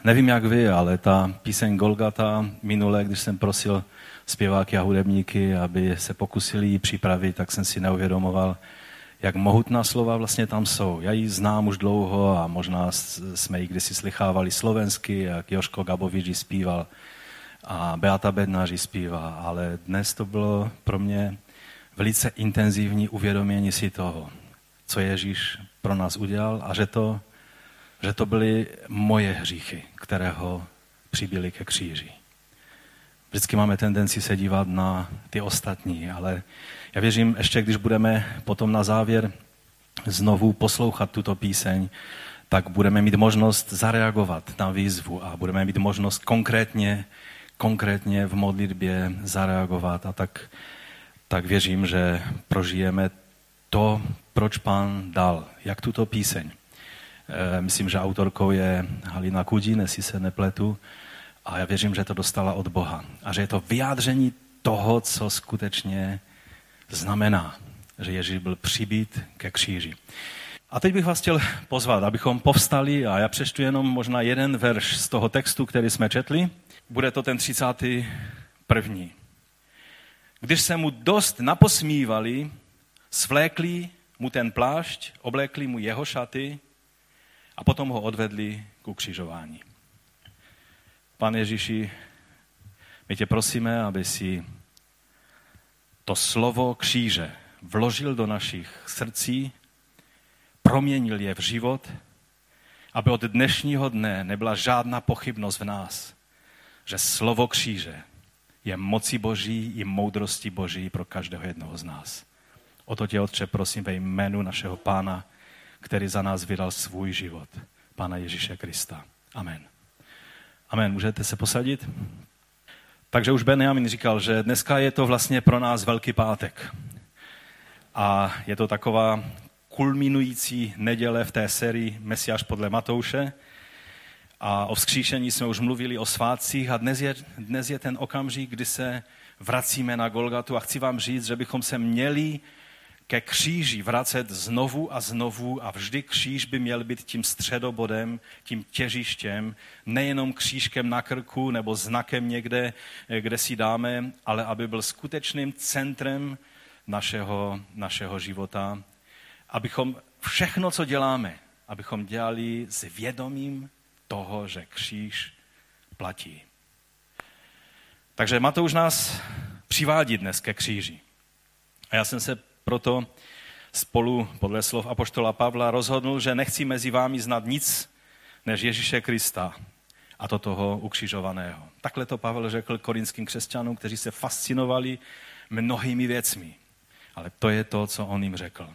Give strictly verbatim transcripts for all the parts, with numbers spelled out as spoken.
nevím jak vy, ale ta píseň Golgata minule, když jsem prosil zpěváky a hudebníky, aby se pokusili ji připravit, tak jsem si neuvědomoval, jak mohutná slova vlastně tam jsou. Já ji znám už dlouho a možná jsme ji kdysi slychávali slovensky, jak Joško Gabovič ji zpíval a Beata Bednář ji zpívá, ale dnes to bylo pro mě velice intenzivní uvědomění si toho, co Ježíš pro nás udělal a že to, že to byly moje hříchy, které ho přibili ke kříži. Vždycky máme tendenci se dívat na ty ostatní, ale já věřím, ještě když budeme potom na závěr znovu poslouchat tuto píseň, tak budeme mít možnost zareagovat na výzvu a budeme mít možnost konkrétně, konkrétně v modlitbě zareagovat. A tak, tak věřím, že prožijeme to, proč Pán dal, jak tuto píseň. Myslím, že autorkou je Halina Kudín, jestli se nepletu. A já věřím, že to dostala od Boha. A že je to vyjádření toho, co skutečně znamená, že Ježíš byl přibít ke kříži. A teď bych vás chtěl pozvat, abychom povstali a já přečtu jenom možná jeden verš z toho textu, který jsme četli. Bude to ten třicátý první. Když se mu dost naposmívali, svlékli mu ten plášť, oblékli mu jeho šaty a potom ho odvedli k ukřižování. Pane Ježíši, my tě prosíme, aby si to slovo kříže vložil do našich srdcí, proměnil je v život, aby od dnešního dne nebyla žádná pochybnost v nás, že slovo kříže je moci Boží i moudrosti Boží pro každého jednoho z nás. O to tě, Otče, prosím ve jménu našeho Pána, který za nás vydal svůj život, Pána Ježíše Krista. Amen. Amen. Můžete se posadit? Takže už Benjamin říkal, že dneska je to vlastně pro nás Velký pátek. A je to taková kulminující neděle v té sérii Mesiáš podle Matouše. A o vzkříšení jsme už mluvili, o svátcích a dnes je, dnes je ten okamžik, kdy se vracíme na Golgatu a chci vám říct, že bychom se měli ke kříži vracet znovu a znovu a vždy kříž by měl být tím středobodem, tím těžištěm, nejenom křížkem na krku nebo znakem někde, kde si dáme, ale aby byl skutečným centrem našeho, našeho života. Abychom všechno, co děláme, abychom dělali s vědomím toho, že kříž platí. Takže Matouš nás přivádí dnes ke kříži. A já jsem se proto spolu podle slov apoštola Pavla rozhodnul, že nechci mezi vámi znát nic než Ježíše Krista a to toho ukřižovaného. Takhle to Pavel řekl korinským křesťanům, kteří se fascinovali mnohými věcmi. Ale to je to, co on jim řekl.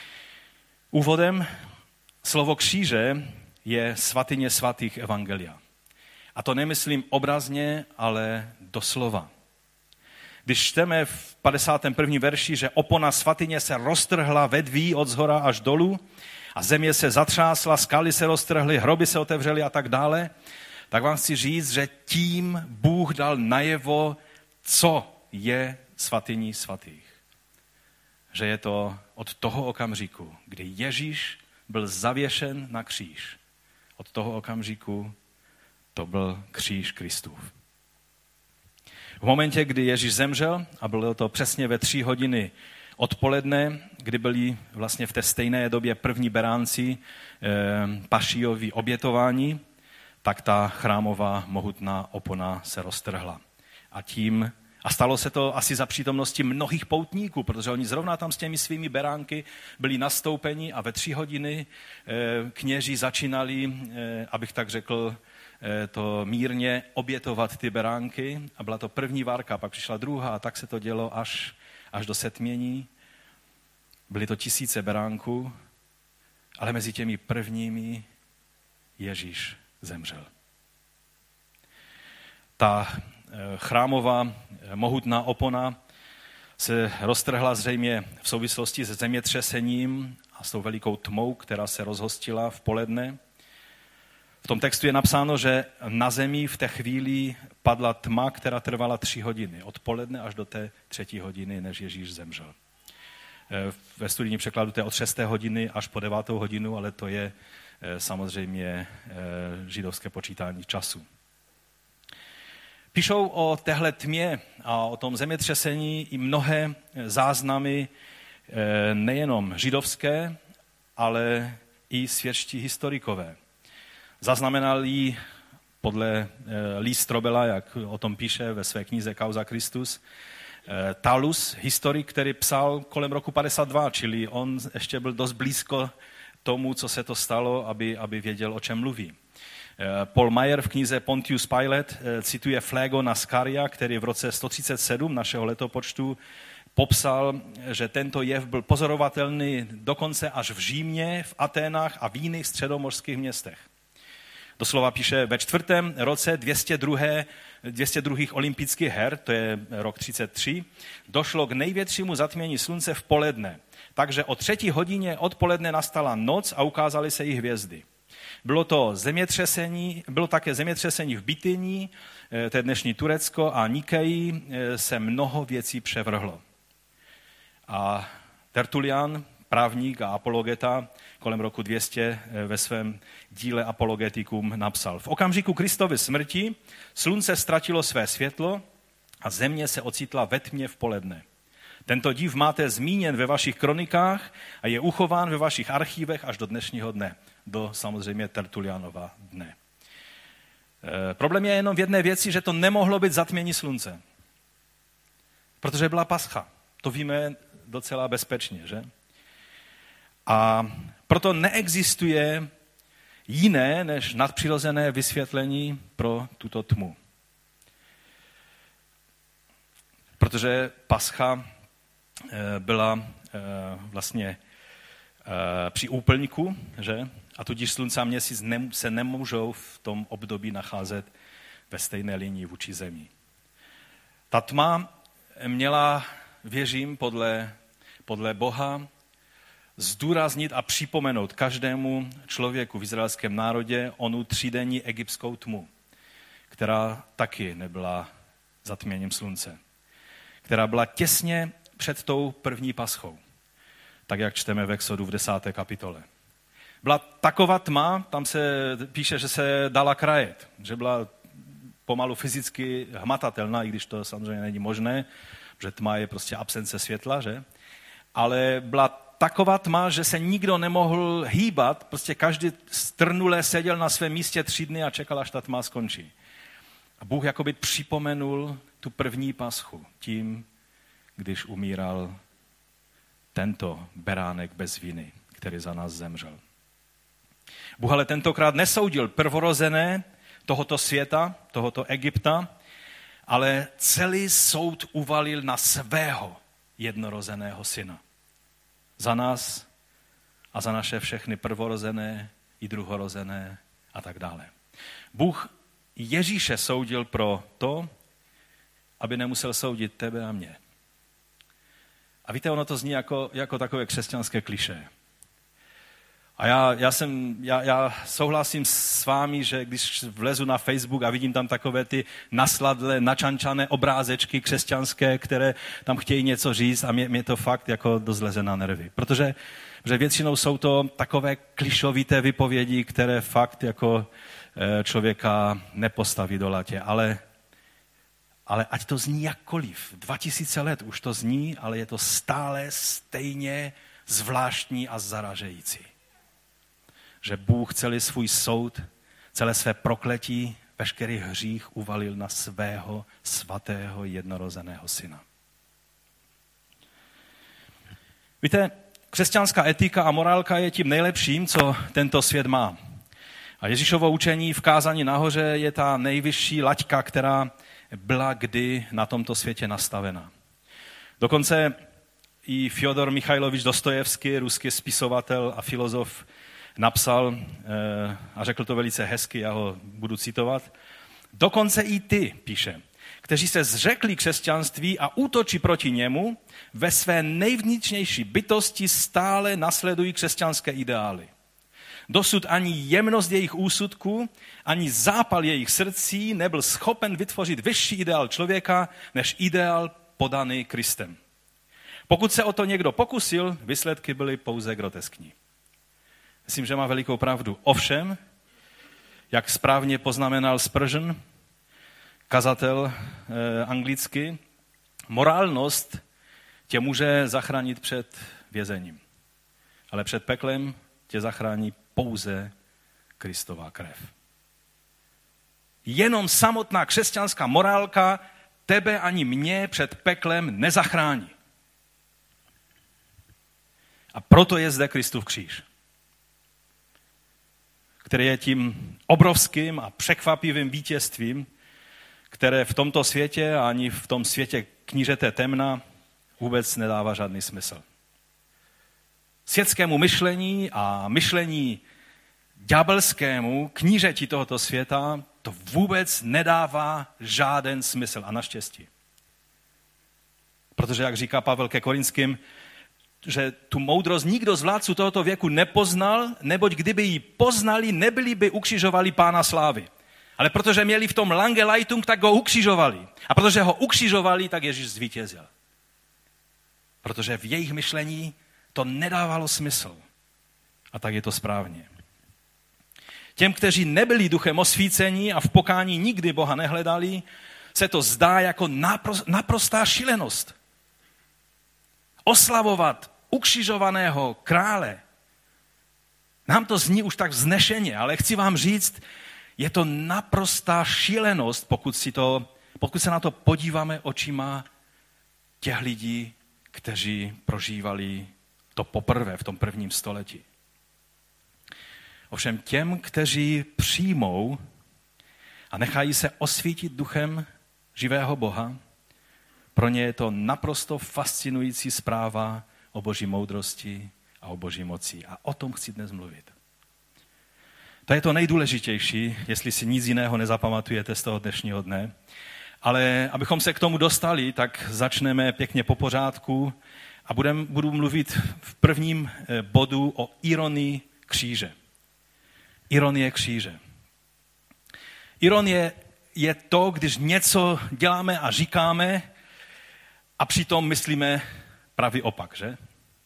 Úvodem slovo kříže je svatyně svatých evangelia. A to nemyslím obrazně, ale doslova. Když čteme v padesátém prvním verši, že opona svatyně se roztrhla vedví od zhora až dolů a země se zatřásla, skaly se roztrhly, hroby se otevřely a tak dále, tak vám chci říct, že tím Bůh dal najevo, co je svatyní svatých. Že je to od toho okamžiku, kdy Ježíš byl zavěšen na kříž. Od toho okamžiku to byl kříž Kristův. V momentě, kdy Ježíš zemřel, a bylo to přesně ve tři hodiny odpoledne, kdy byli vlastně v té stejné době první beránci e, pašíjovi obětování, tak ta chrámová mohutná opona se roztrhla. A tím A stalo se to asi za přítomnosti mnohých poutníků, protože oni zrovna tam s těmi svými beránky byli nastoupeni a ve tři hodiny e, kněží začínali, e, abych tak řekl, to mírně obětovat ty beránky a byla to první várka, pak přišla druhá a tak se to dělo až, až do setmění. Byly to tisíce beránků, ale mezi těmi prvními Ježíš zemřel. Ta chrámová mohutná opona se roztrhla zřejmě v souvislosti se zemětřesením a s tou velikou tmou, která se rozhostila v poledne. V tom textu je napsáno, že na zemi v té chvíli padla tma, která trvala tři hodiny. Od poledne až do té třetí hodiny, než Ježíš zemřel. Ve studijním překladu to je od šesté hodiny až po devátou hodinu, ale to je samozřejmě židovské počítání času. Píšou o téhle tmě a o tom zemětřesení i mnohé záznamy nejenom židovské, ale i světští historikové. Zaznamenali podle Lee Strobela, jak o tom píše ve své knize Causa Christus, Talus, historik, který psal kolem roku padesát dva, čili on ještě byl dost blízko tomu, co se to stalo, aby, aby věděl, o čem mluví. Paul Meyer v knize Pontius Pilate cituje Phlegon Askaria, který v roce sto třicet sedm našeho letopočtu popsal, že tento jev byl pozorovatelný dokonce až v Římě, v Aténách a v jiných středomořských městech. Doslova píše, ve čtvrtém roce dvě stě druhých olympijských her, to je rok třicet tři, došlo k největšímu zatmění slunce v poledne. Takže o třetí hodině odpoledne nastala noc a ukázaly se jí hvězdy. Bylo to zemětřesení, bylo také zemětřesení v Bityni, to je dnešní Turecko, a Nikeji se mnoho věcí převrhlo. A Tertulian, právník a apologeta, kolem roku dvě stě ve svém díle Apologeticum napsal: v okamžiku Kristovy smrti slunce ztratilo své světlo a země se ocitla ve tmě v poledne. Tento div máte zmíněn ve vašich kronikách a je uchován ve vašich archívech až do dnešního dne, do samozřejmě Tertulianova dne. E, problém je jenom v jedné věci, že to nemohlo být zatmění slunce, protože byla pascha. To víme docela bezpečně, že? A proto neexistuje jiné než nadpřirozené vysvětlení pro tuto tmu. Protože pascha byla vlastně při úplňku, že? A tudíž slunce a měsíc se nemůžou v tom období nacházet ve stejné linii vůči zemi. Ta tma měla, věřím, podle, podle Boha zdůraznit a připomenout každému člověku v izraelském národě onu třídenní egyptskou tmu, která taky nebyla zatměním slunce, která byla těsně před tou první paschou, tak jak čteme v Exodu v desáté kapitole. Byla taková tma, tam se píše, že se dala krajet, že byla pomalu fyzicky hmatatelná, i když to samozřejmě není možné, že tma je prostě absence světla, že? Ale byla taková tma, že se nikdo nemohl hýbat, prostě každý strnule seděl na svém místě tři dny a čekal, až ta tma skončí. A Bůh jakoby připomenul tu první paschu tím, když umíral tento beránek bez viny, který za nás zemřel. Bůh ale tentokrát nesoudil prvorozené tohoto světa, tohoto Egypta, ale celý soud uvalil na svého jednorozeného syna. Za nás a za naše všechny prvorozené i druhorozené a tak dále. Bůh Ježíše soudil pro to, aby nemusel soudit tebe a mě. A víte, ono to zní jako, jako takové křesťanské klišé. A já, já, jsem, já, já souhlasím s vámi, že když vlezu na Facebook a vidím tam takové ty nasladlé, načančané obrázečky křesťanské, které tam chtějí něco říct a mě, mě to fakt jako dost leze na nervy. Protože, protože většinou jsou to takové klišovité vypovědi, které fakt jako člověka nepostaví do latě. Ale, ale ať to zní jakkoliv, dva tisíce let už to zní, ale je to stále stejně zvláštní a zaražející. Že Bůh celý svůj soud, celé své prokletí, veškerý hřích uvalil na svého svatého jednorozeného syna. Víte, křesťanská etika a morálka je tím nejlepším, co tento svět má. A Ježíšovo učení v kázání nahoře je ta nejvyšší laťka, která byla kdy na tomto světě nastavena. Dokonce i Fjodor Michajlovič Dostojevský, ruský spisovatel a filozof, napsal a řekl to velice hezky, já ho budu citovat. Dokonce i ty, píše, kteří se zřekli křesťanství a útočí proti němu, ve své nejvnitřnější bytosti stále nasledují křesťanské ideály. Dosud ani jemnost jejich úsudků, ani zápal jejich srdcí nebyl schopen vytvořit vyšší ideál člověka, než ideál podaný Kristem. Pokud se o to někdo pokusil, výsledky byly pouze groteskní. Myslím, že má velikou pravdu. Ovšem, jak správně poznamenal Spurgeon, kazatel eh, anglicky, morálnost tě může zachránit před vězením. Ale před peklem tě zachrání pouze Kristova krev. Jenom samotná křesťanská morálka tebe ani mě před peklem nezachrání. A proto je zde Kristův kříž, který je tím obrovským a překvapivým vítězstvím, které v tomto světě a ani v tom světě knížete temna vůbec nedává žádný smysl. Světskému myšlení a myšlení ďábelskému knížeti tohoto světa to vůbec nedává žádný smysl a naštěstí. Protože, jak říká Pavel ke Korinským, že tu moudrost nikdo z vládců tohoto věku nepoznal, neboť kdyby ji poznali, nebyli by ukřižovali Pána slávy. Ale protože měli v tom Langeleitung, tak ho ukřižovali. A protože ho ukřižovali, tak Ježíš zvítězil. Protože v jejich myšlení to nedávalo smysl. A tak je to správně. Těm, kteří nebyli duchem osvícení a v pokání nikdy Boha nehledali, se to zdá jako naprostá šílenost. Oslavovat ukřižovaného krále. Nám to zní už tak vznešeně, ale chci vám říct, je to naprostá šílenost, pokud, si to, pokud se na to podíváme očima těch lidí, kteří prožívali to poprvé v tom prvním století. Ovšem těm, kteří přijmou a nechají se osvítit duchem živého Boha, pro ně je to naprosto fascinující zpráva o Boží moudrosti a o Boží moci. A o tom chci dnes mluvit. To je to nejdůležitější, jestli si nic jiného nezapamatujete z toho dnešního dne. Ale abychom se k tomu dostali, tak začneme pěkně po pořádku a budem, budu mluvit v prvním bodu o ironii kříže. Ironie kříže. Ironie je to, když něco děláme a říkáme a přitom myslíme pravý opak, že?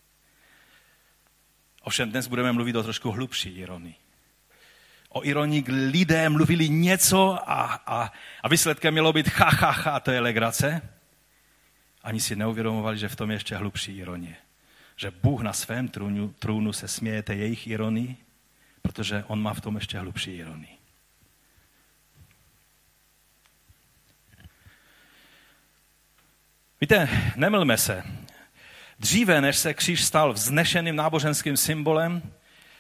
Ovšem dnes budeme mluvit o trošku hlubší ironii. O ironii, kdy lidé mluvili něco a, a, a výsledkem mělo být ha, ha, ha, to je legrace. Ani si neuvědomovali, že v tom je ještě hlubší ironie. Že Bůh na svém trůnu, trůnu se směje té jejich ironii, protože on má v tom ještě hlubší ironii. Víte, nemylme se. Dříve, než se kříž stal vznešeným náboženským symbolem,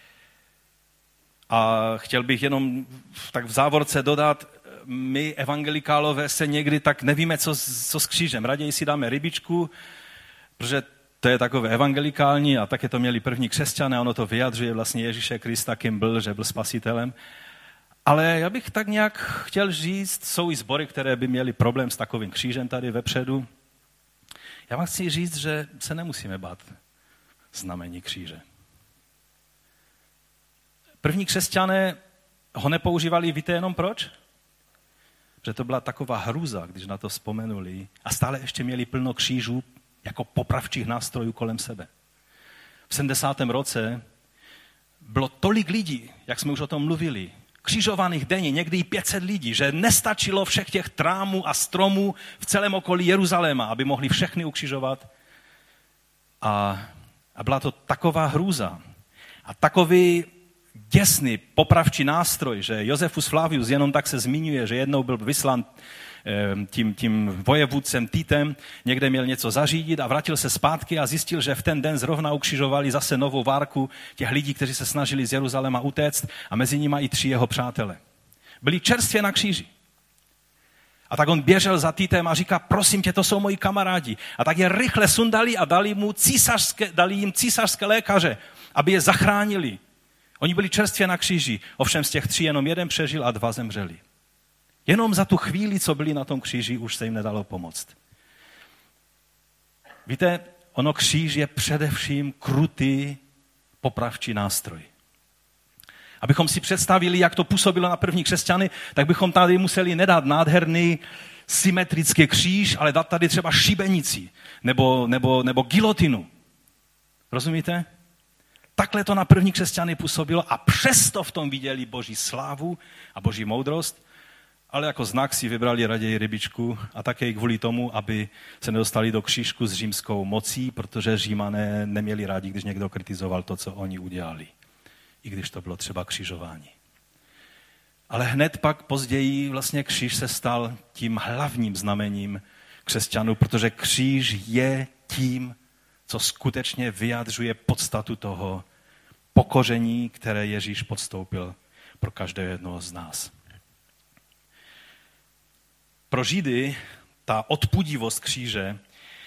a chtěl bych jenom tak v závorce dodat, my evangelikálové se někdy tak nevíme, co, co s křížem. Raději si dáme rybičku, protože to je takové evangelikální a také to měli první křesťané, ono to vyjadřuje vlastně Ježíše Krista, kým byl, že byl spasitelem. Ale já bych tak nějak chtěl říct, jsou i sbory, které by měly problém s takovým křížem tady vepředu. Já vám chci říct, že se nemusíme bát znamení kříže. První křesťané ho nepoužívali, víte jenom proč? Že to byla taková hrůza, když na to vzpomenuli a stále ještě měli plno křížů jako popravčích nástrojů kolem sebe. V sedmdesátém roce bylo tolik lidí, jak jsme už o tom mluvili, křižovaných denně, někdy i pět set lidí, že nestačilo všech těch trámů a stromů v celém okolí Jeruzaléma, aby mohli všechny ukřižovat. A, a byla to taková hrůza. A takový děsný popravčí nástroj, že Josephus Flavius jenom tak se zmiňuje, že jednou byl vyslán tím, tím vojevůdcem Titem, někde měl něco zařídit a vrátil se zpátky a zjistil, že v ten den zrovna ukřižovali zase novou várku těch lidí, kteří se snažili z Jeruzaléma utéct a mezi nimi i tři jeho přátele. Byli čerstvě na kříži. A tak on běžel za Titem a říká, prosím tě, to jsou moji kamarádi. A tak je rychle sundali a dali, mu císařské, dali jim císařské lékaře, aby je zachránili. Oni byli čerstvě na kříži, ovšem z těch tří jenom jeden přežil a dva zemřeli. Jenom za tu chvíli, co byli na tom kříži, už se jim nedalo pomoct. Víte, ono kříž je především krutý popravčí nástroj. Abychom si představili, jak to působilo na první křesťany, tak bychom tady museli nedat nádherný symetrický kříž, ale dát tady třeba šibenici nebo, nebo, nebo gilotinu. Rozumíte? Takhle to na první křesťany působilo a přesto v tom viděli Boží slávu a Boží moudrost, ale jako znak si vybrali raději rybičku a také kvůli tomu, aby se nedostali do křížku s římskou mocí, protože Římané neměli rádi, když někdo kritizoval to, co oni udělali, i když to bylo třeba křižování. Ale hned pak později vlastně kříž se stal tím hlavním znamením křesťanů, protože kříž je tím, co skutečně vyjadřuje podstatu toho pokoření, které Ježíš podstoupil pro každého jednoho z nás. Pro Židy ta odpudivost kříže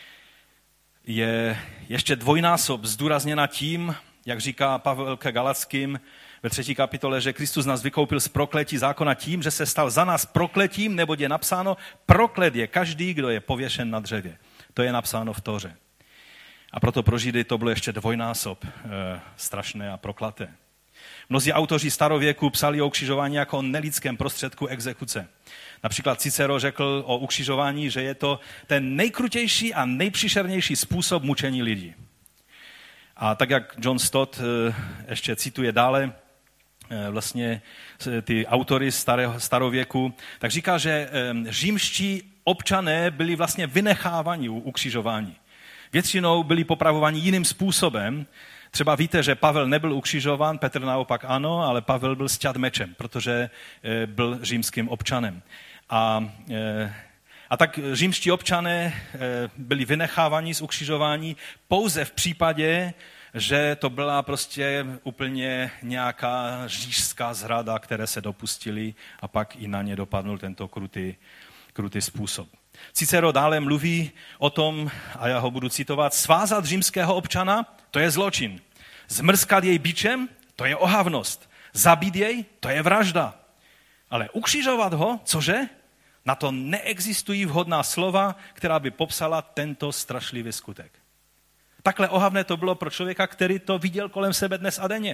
je ještě dvojnásob zdůrazněna tím, jak říká Pavel ke Galackým ve třetí kapitole, že Kristus nás vykoupil z prokletí zákona tím, že se stal za nás prokletím, neboť je napsáno, proklet je každý, kdo je pověšen na dřevě. To je napsáno v Tóře. A proto pro Židy to bylo ještě dvojnásob e, strašné a proklaté. Mnozí autoři starověku psali o ukřižování jako o nelidském prostředku exekuce. Například Cicero řekl o ukřižování, že je to ten nejkrutější a nejpříšernější způsob mučení lidí. A tak, jak John Stott ještě cituje dále, vlastně ty autory starého, starověku, tak říká, že římští občané byli vlastně vynechávaní u ukřižování. Většinou byli popravováni jiným způsobem. Třeba víte, že Pavel nebyl ukřižován, Petr naopak ano, ale Pavel byl sťat mečem, protože byl římským občanem. A, a tak římští občané byli vynecháváni z ukřižování pouze v případě, že to byla prostě úplně nějaká říšská zrada, které se dopustili a pak i na ně dopadnul tento krutý, krutý způsob. Cicero dále mluví o tom, a já ho budu citovat, svázat římského občana, to je zločin. Zmrskat jej bičem, to je ohavnost. Zabít jej, to je vražda. Ale ukřižovat ho, cože? Na to neexistují vhodná slova, která by popsala tento strašlivý skutek. Takhle ohavné to bylo pro člověka, který to viděl kolem sebe dnes a denně.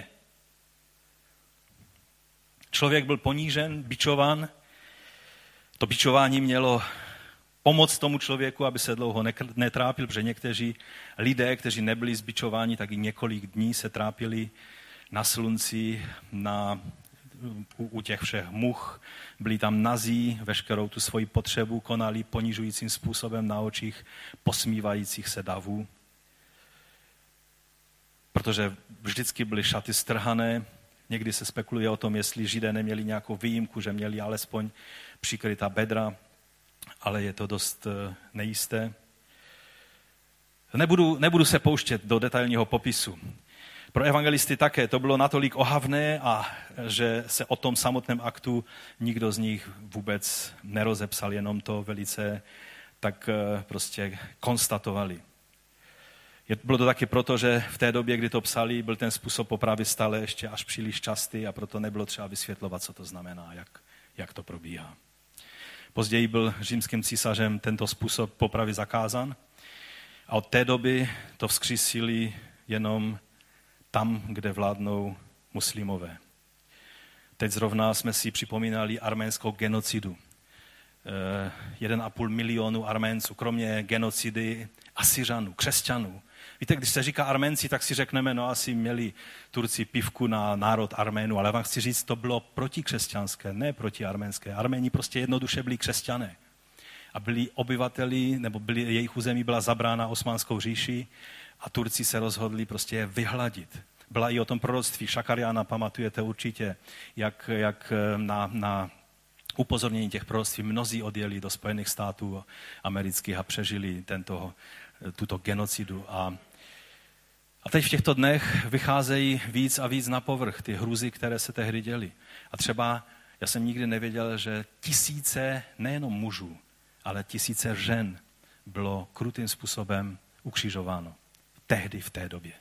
Člověk byl ponížen, bičován. To bičování mělo pomoct tomu člověku, aby se dlouho netrápil, protože někteří lidé, kteří nebyli zbičováni, tak i několik dní se trápili na slunci, na, u, u těch všech much. Byli tam nazí, veškerou tu svoji potřebu konali ponižujícím způsobem na očích posmívajících se davů. Protože vždycky byly šaty strhané. Někdy se spekuluje o tom, jestli Židé neměli nějakou výjimku, že měli alespoň přikrytá bedra, ale je to dost nejisté. Nebudu, nebudu se pouštět do detailního popisu. Pro evangelisty také to bylo natolik ohavné, a že se o tom samotném aktu nikdo z nich vůbec nerozepsal, jenom to velice tak prostě konstatovali. Bylo to taky proto, že v té době, kdy to psali, byl ten způsob popravy stále ještě až příliš častý a proto nebylo třeba vysvětlovat, co to znamená, jak, jak to probíhá. Později byl římským císařem tento způsob popravy zakázán a od té doby to vzkřísili jenom tam, kde vládnou muslimové. Teď zrovna jsme si připomínali arménskou genocidu. Jeden a půl milionu Arménců, kromě genocidy Asyřanů, křesťanů. Víte, když se říká Arménci, tak si řekneme, no asi měli Turci pivku na národ Arménů, ale vám chci říct, to bylo protikřesťanské, ne protiarménské. Arméni prostě jednoduše byli křesťané. A byli obyvateli, nebo byli, jejich území byla zabrána Osmanskou říši a Turci se rozhodli prostě je vyhladit. Byla i o tom proroctví Šakariána, pamatujete určitě, jak, jak na, na upozornění těch proroctví mnozí odjeli do Spojených států amerických a přežili tento, tuto genocidu. A, a teď v těchto dnech vycházejí víc a víc na povrch ty hrůzy, které se tehdy děly. A třeba já jsem nikdy nevěděl, že tisíce nejenom mužů, ale tisíce žen bylo krutým způsobem ukřižováno. Tehdy, v té době.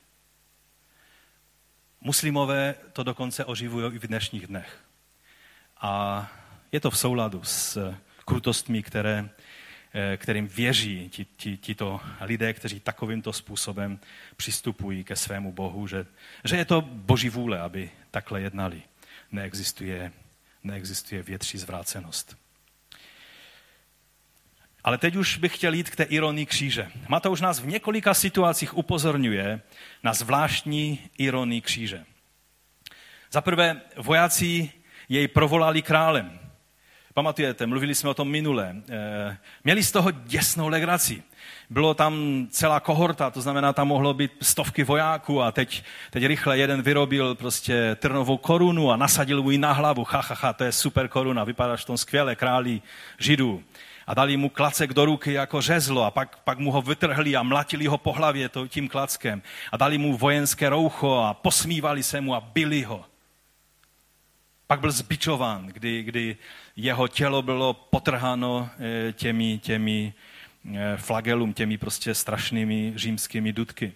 Muslimové to dokonce oživují i v dnešních dnech. A je to v souladu s krutostmi, které, kterým věří ti, ti, tito lidé, kteří takovýmto způsobem přistupují ke svému Bohu, že, že je to Boží vůle, aby takhle jednali. Neexistuje, neexistuje větší zvrácenost. Ale teď už bych chtěl jít k té ironii kříže. Matouš nás v několika situacích upozorňuje na zvláštní ironii kříže. Za prvé, vojáci jej provolali králem. Pamatujete, mluvili jsme o tom minule. Měli z toho děsnou legraci. Bylo tam celá kohorta, to znamená, tam mohlo být stovky vojáků a teď, teď rychle jeden vyrobil prostě trnovou korunu a nasadil mu ji na hlavu. Ha, ha, ha, to je super koruna, vypadáš v tom skvěle, králi Židů. A dali mu klacek do ruky jako žezlo a pak, pak mu ho vytrhli a mlatili ho po hlavě tím klackem. A dali mu vojenské roucho a posmívali se mu a bili ho. Pak byl zbičován, kdy, kdy jeho tělo bylo potrháno těmi, těmi flagelum, těmi prostě strašnými římskými dutky.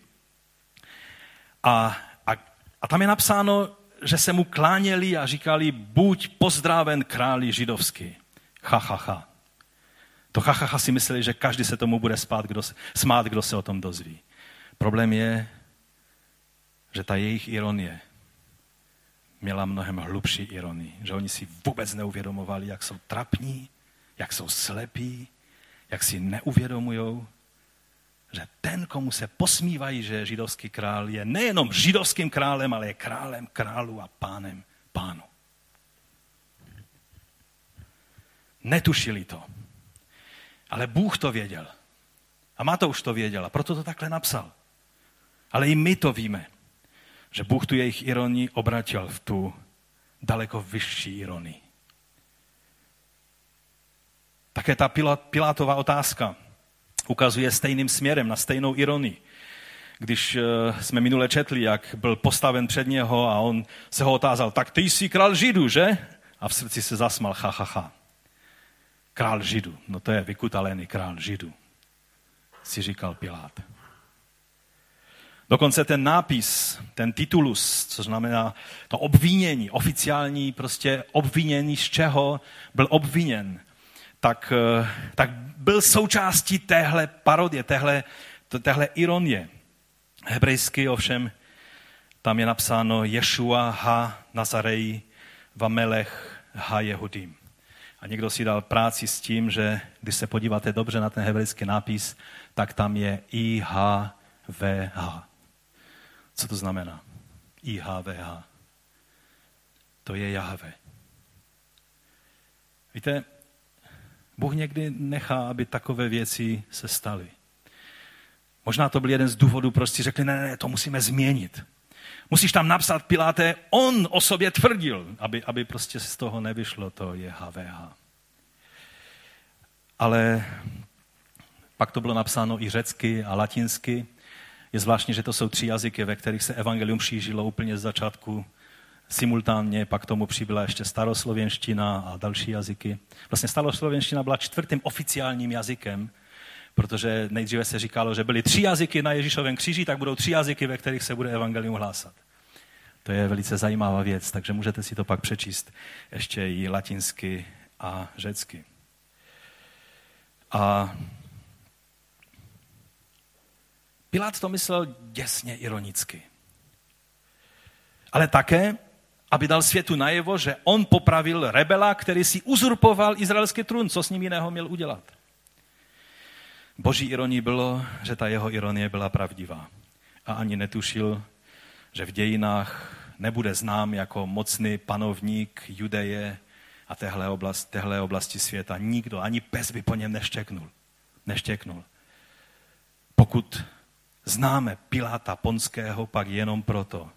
A, a, a tam je napsáno, že se mu kláněli a říkali, buď pozdraven králi židovský. Ha, ha, ha. To ha, ha, ha si mysleli, že každý se tomu bude spát, kdo se, smát, kdo se o tom dozví. Problém je, že ta jejich ironie měla mnohem hlubší ironii, že oni si vůbec neuvědomovali, jak jsou trapní, jak jsou slepí, jak si neuvědomujou, že ten, komu se posmívají, že je židovský král, je nejenom židovským králem, ale je králem králu a pánem pánu. Netušili to. Ale Bůh to věděl. A Matouš to věděl a proto to takhle napsal. Ale i my to víme, že Bůh tu jejich ironii obratil v tu daleko vyšší ironii. Také ta Pilátová otázka ukazuje stejným směrem, na stejnou ironii. Když jsme minule četli, jak byl postaven před něho a on se ho otázal, tak ty jsi král Židů, že? A v srdci se zasmal, ha, ha, ha. Král Židů, no to je vykutalený král Židů, si říkal Pilát. Dokonce ten nápis, ten titulus, co znamená to obvinění, oficiální prostě obvinění, z čeho byl obviněn, tak, tak byl součástí téhle parodie, téhle, téhle ironie. Hebrejsky ovšem tam je napsáno Ješua ha Nazareji Vamelech ha Jehudim. A někdo si dal práci s tím, že když se podíváte dobře na ten hebrejský nápis, tak tam je I H V H. Co to znamená? I H V H. To je Jahve. Víte, Bůh někdy nechá, aby takové věci se staly. Možná to byl jeden z důvodů, proč si řekli, ne, ne, to musíme změnit. Musíš tam napsat, Piláte, on o sobě tvrdil, aby, aby prostě z toho nevyšlo to je H V H. Ale pak to bylo napsáno i řecky a latinsky. Je zvláštní, že to jsou tři jazyky, ve kterých se evangelium šířilo úplně z začátku simultánně, pak tomu přibyla ještě staroslověnština a další jazyky. Vlastně staroslověnština byla čtvrtým oficiálním jazykem, protože nejdříve se říkalo, že byly tři jazyky na Ježíšovém kříži, tak budou tři jazyky, ve kterých se bude evangelium hlásat. To je velice zajímavá věc, takže můžete si to pak přečíst ještě i latinsky a řecky. A Pilát to myslel děsně ironicky. Ale také, aby dal světu najevo, že on popravil rebela, který si uzurpoval izraelský trůn, co s ním jiného měl udělat. Boží ironie bylo, že ta jeho ironie byla pravdivá. A ani netušil, že v dějinách nebude znám jako mocný panovník Judeje a téhle, oblast, téhle oblasti světa. Nikdo, ani pes by po něm neštěknul. neštěknul. Pokud známe Piláta Ponského, pak jenom proto,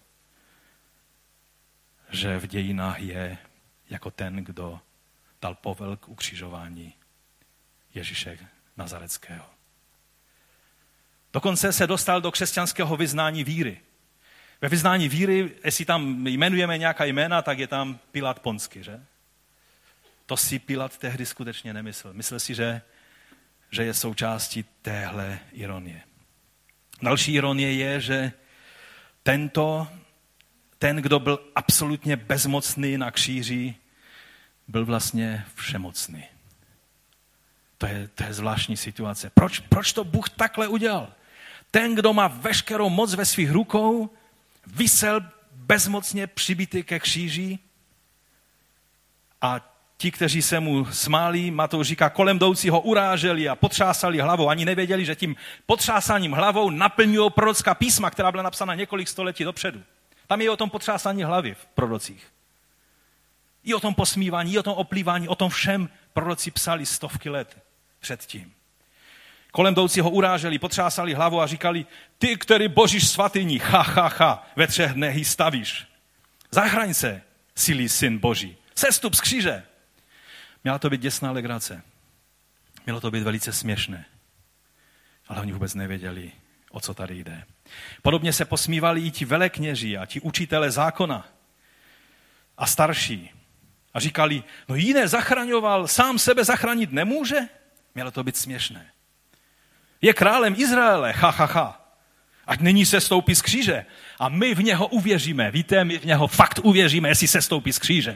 že v dějinách je jako ten, kdo dal povel k ukřižování Ježíše Nazareckého. Dokonce se dostal do křesťanského vyznání víry. Ve vyznání víry, jestli tam jmenujeme nějaká jména, tak je tam Pilát Ponský, že? To si Pilát tehdy skutečně nemyslel. Myslel si, že, že je součástí téhle ironie. Další ironie je, že tento, ten, kdo byl absolutně bezmocný na kříži, byl vlastně všemocný. To je, to je zvláštní situace. Proč, proč to Bůh takhle udělal? Ten, kdo má veškerou moc ve svých rukou, visel bezmocně přibitý ke kříži a ti, kteří se mu smáli, Matouš říká, kolem jdoucího uráželi a potřásali hlavou. Ani nevěděli, že tím potřásáním hlavou naplňují prorocká písma, která byla napsána několik století dopředu. Tam je o tom potřásání hlavy v prorocích. I o tom posmívání, i o tom oplývání, o tom všem proroci psali stovky let předtím. Kolem jdoucího uráželi, potřásali hlavou a říkali, ty, který božíš svatyní, ha, ha, ha, ve třech dnech ji stavíš. Zachraň se, silný syn Boží. Sestup z kříže. Měla to být děsná legrace. Mělo to být velice směšné. Ale oni vůbec nevěděli, o co tady jde. Podobně se posmívali i ti velekněži a ti učitelé zákona a starší. A říkali, no jiné zachraňoval, sám sebe zachránit nemůže? Mělo to být směšné. Je králem Izraele, ha, ha, ha. Ať nyní se stoupí z kříže a my v něho uvěříme. Víte, my v něho fakt uvěříme, jestli se stoupí z kříže.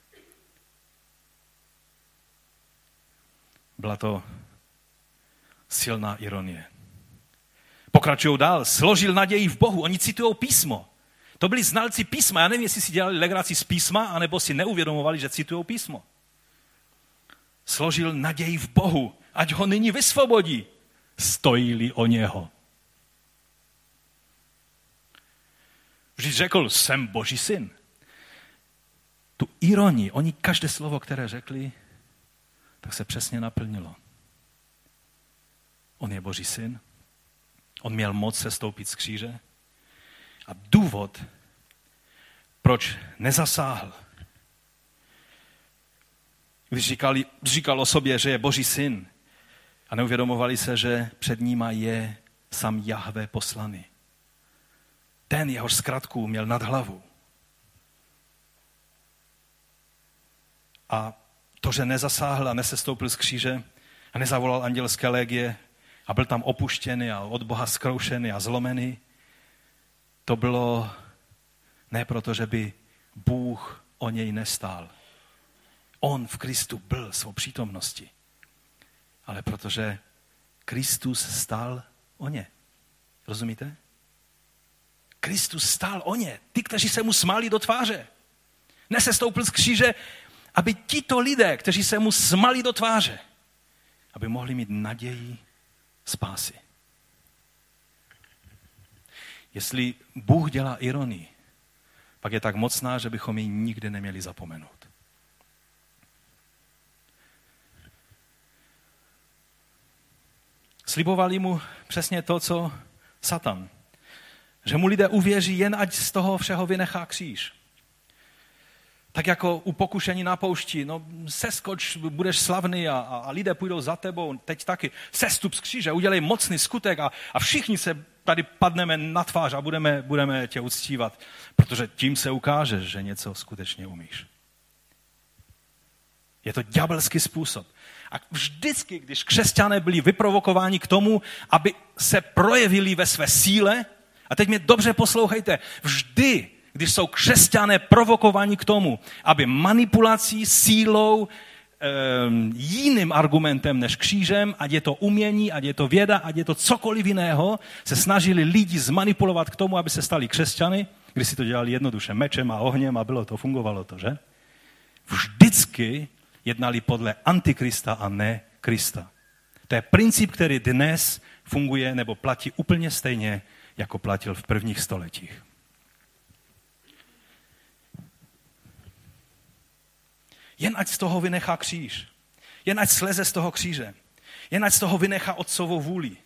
Byla to silná ironie. Pokračují dál. Složil naději v Bohu. Oni citují písmo. To byli znalci písma. Já nevím, jestli si dělali legraci z písma, anebo si neuvědomovali, že citují písmo. Složil naději v Bohu. Ať ho nyní vysvobodí. Stojí-li o něho. Vždyť řekl, jsem Boží syn. Tu ironii, oni každé slovo, které řekli, tak se přesně naplnilo. On je Boží syn. On měl moc se stoupit z kříže. A důvod, proč nezasáhl, když říkali, říkal o sobě, že je Boží syn a neuvědomovali se, že před nima je sám Jahve poslaný. Ten jehož zkratku měl nad hlavu. A to, že nezasáhl a nesestoupil z kříže a nezavolal andělské legie a byl tam opuštěný a od Boha zkroušený a zlomený, to bylo ne proto, že by Bůh o něj nestál. On v Kristu byl svou přítomností, ale protože Kristus stál o ně. Rozumíte? Kristus stál o ně. Ty, kteří se mu smáli do tváře. Nesestoupil z kříže, aby tito lidé, kteří se mu smáli do tváře, aby mohli mít naději spásy. Jestli Bůh dělá ironii, pak je tak mocná, že bychom ji nikdy neměli zapomenout. Slibovali mu přesně to, co Satan. Že mu lidé uvěří, jen ať z toho všeho vynechá kříž. Tak jako u pokušení na poušti, no seskoč, budeš slavný a, a lidé půjdou za tebou, teď taky. Sestup z kříže, udělej mocný skutek a, a všichni se tady padneme na tvář a budeme, budeme tě uctívat, protože tím se ukáže, že něco skutečně umíš. Je to ďábelský způsob. A vždycky, když křesťané byli vyprovokováni k tomu, aby se projevili ve své síle, a teď mě dobře poslouchejte, vždy, když jsou křesťané provokováni k tomu, aby manipulací, sílou, e, jiným argumentem než křížem, ať je to umění, ať je to věda, ať je to cokoliv jiného, se snažili lidi zmanipulovat k tomu, aby se stali křesťany, když si to dělali jednoduše mečem a ohněm a bylo to, fungovalo to, že? Vždycky jednali podle antikrista a ne Krista. To je princip, který dnes funguje nebo platí úplně stejně, jako platil v prvních stoletích. Jen ať z toho vynechá kříž. Jen ať sleze z toho kříže. Jen ať z toho vynechá otcovou vůli.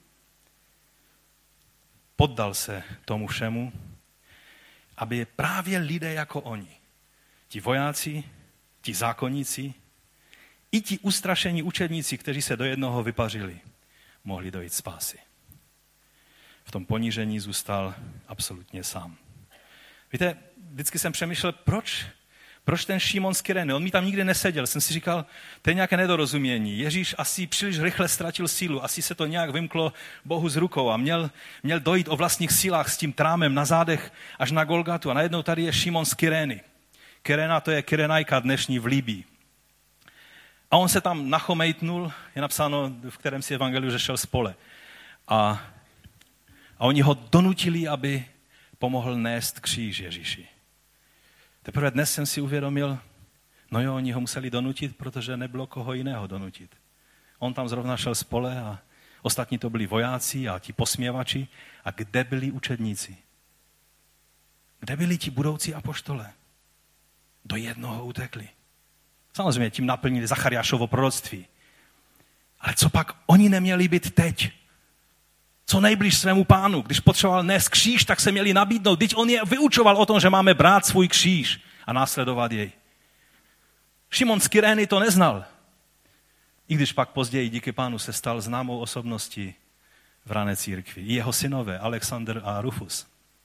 Poddal se tomu všemu, aby právě lidé jako oni, ti vojáci, ti zákonníci, i ti ustrašení učedníci, kteří se do jednoho vypařili, mohli dojít spásy. V tom ponížení zůstal absolutně sám. Víte, vždycky jsem přemýšlel, proč, proč ten Šimon z Kyreny, on mi tam nikdy neseděl. Jsem si říkal, to je nějaké nedorozumění. Ježíš asi příliš rychle ztratil sílu, asi se to nějak vymklo Bohu z rukou a měl, měl dojít o vlastních silách s tím trámem na zádech až na Golgatu. A najednou tady je Šimon z Kyreny. Kyrena, to je Kyrenajka dnešní v Libii. A on se tam nachomejtnul, je napsáno, v kterém si evangeliu, že šel z pole. A A oni ho donutili, aby pomohl nést kříž Ježíši. Teprve dnes jsem si uvědomil, No jo, oni ho museli donutit, protože nebylo koho jiného donutit. On tam zrovna šel z pole a ostatní to byli vojáci a ti posměvači. A kde byli učedníci? Kde byli ti budoucí apoštole? Do jednoho utekli. Samozřejmě tím naplnili Zachariášovo proroctví. Ale co pak oni neměli být teď? Co nejblíž svému pánu. Když potřeboval nést kříž, tak se měli nabídnout. Teď on je vyučoval o tom, že máme brát svůj kříž a následovat jej. Šimon z Kyrény to neznal. I když pak později díky pánu se stal známou osobností v rané církvi. I jeho synové, Alexander a Rufus.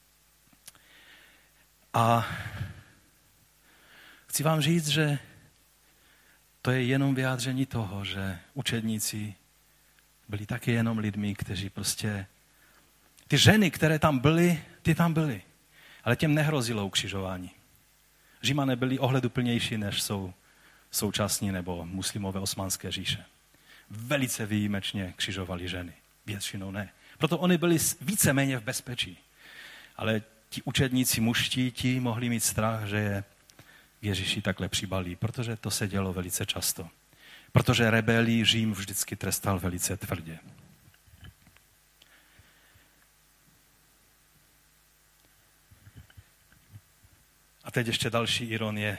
A chci vám říct, že to je jenom vyjádření toho, že učedníci byli taky jenom lidmi, kteří prostě... Ty ženy, které tam byly, ty tam byly. Ale těm nehrozilo ukřižování. Římané byli ohleduplnější, než jsou současní nebo muslimové osmanské říše. Velice výjimečně křižovali ženy. Většinou ne. Proto oni byli víceméně v bezpečí. Ale ti učedníci mužští, ti mohli mít strach, že je Ježíši takhle přibalí, protože to se dělo velice často. Protože rebelí Řím vždycky trestal velice tvrdě. A teď ještě další ironie.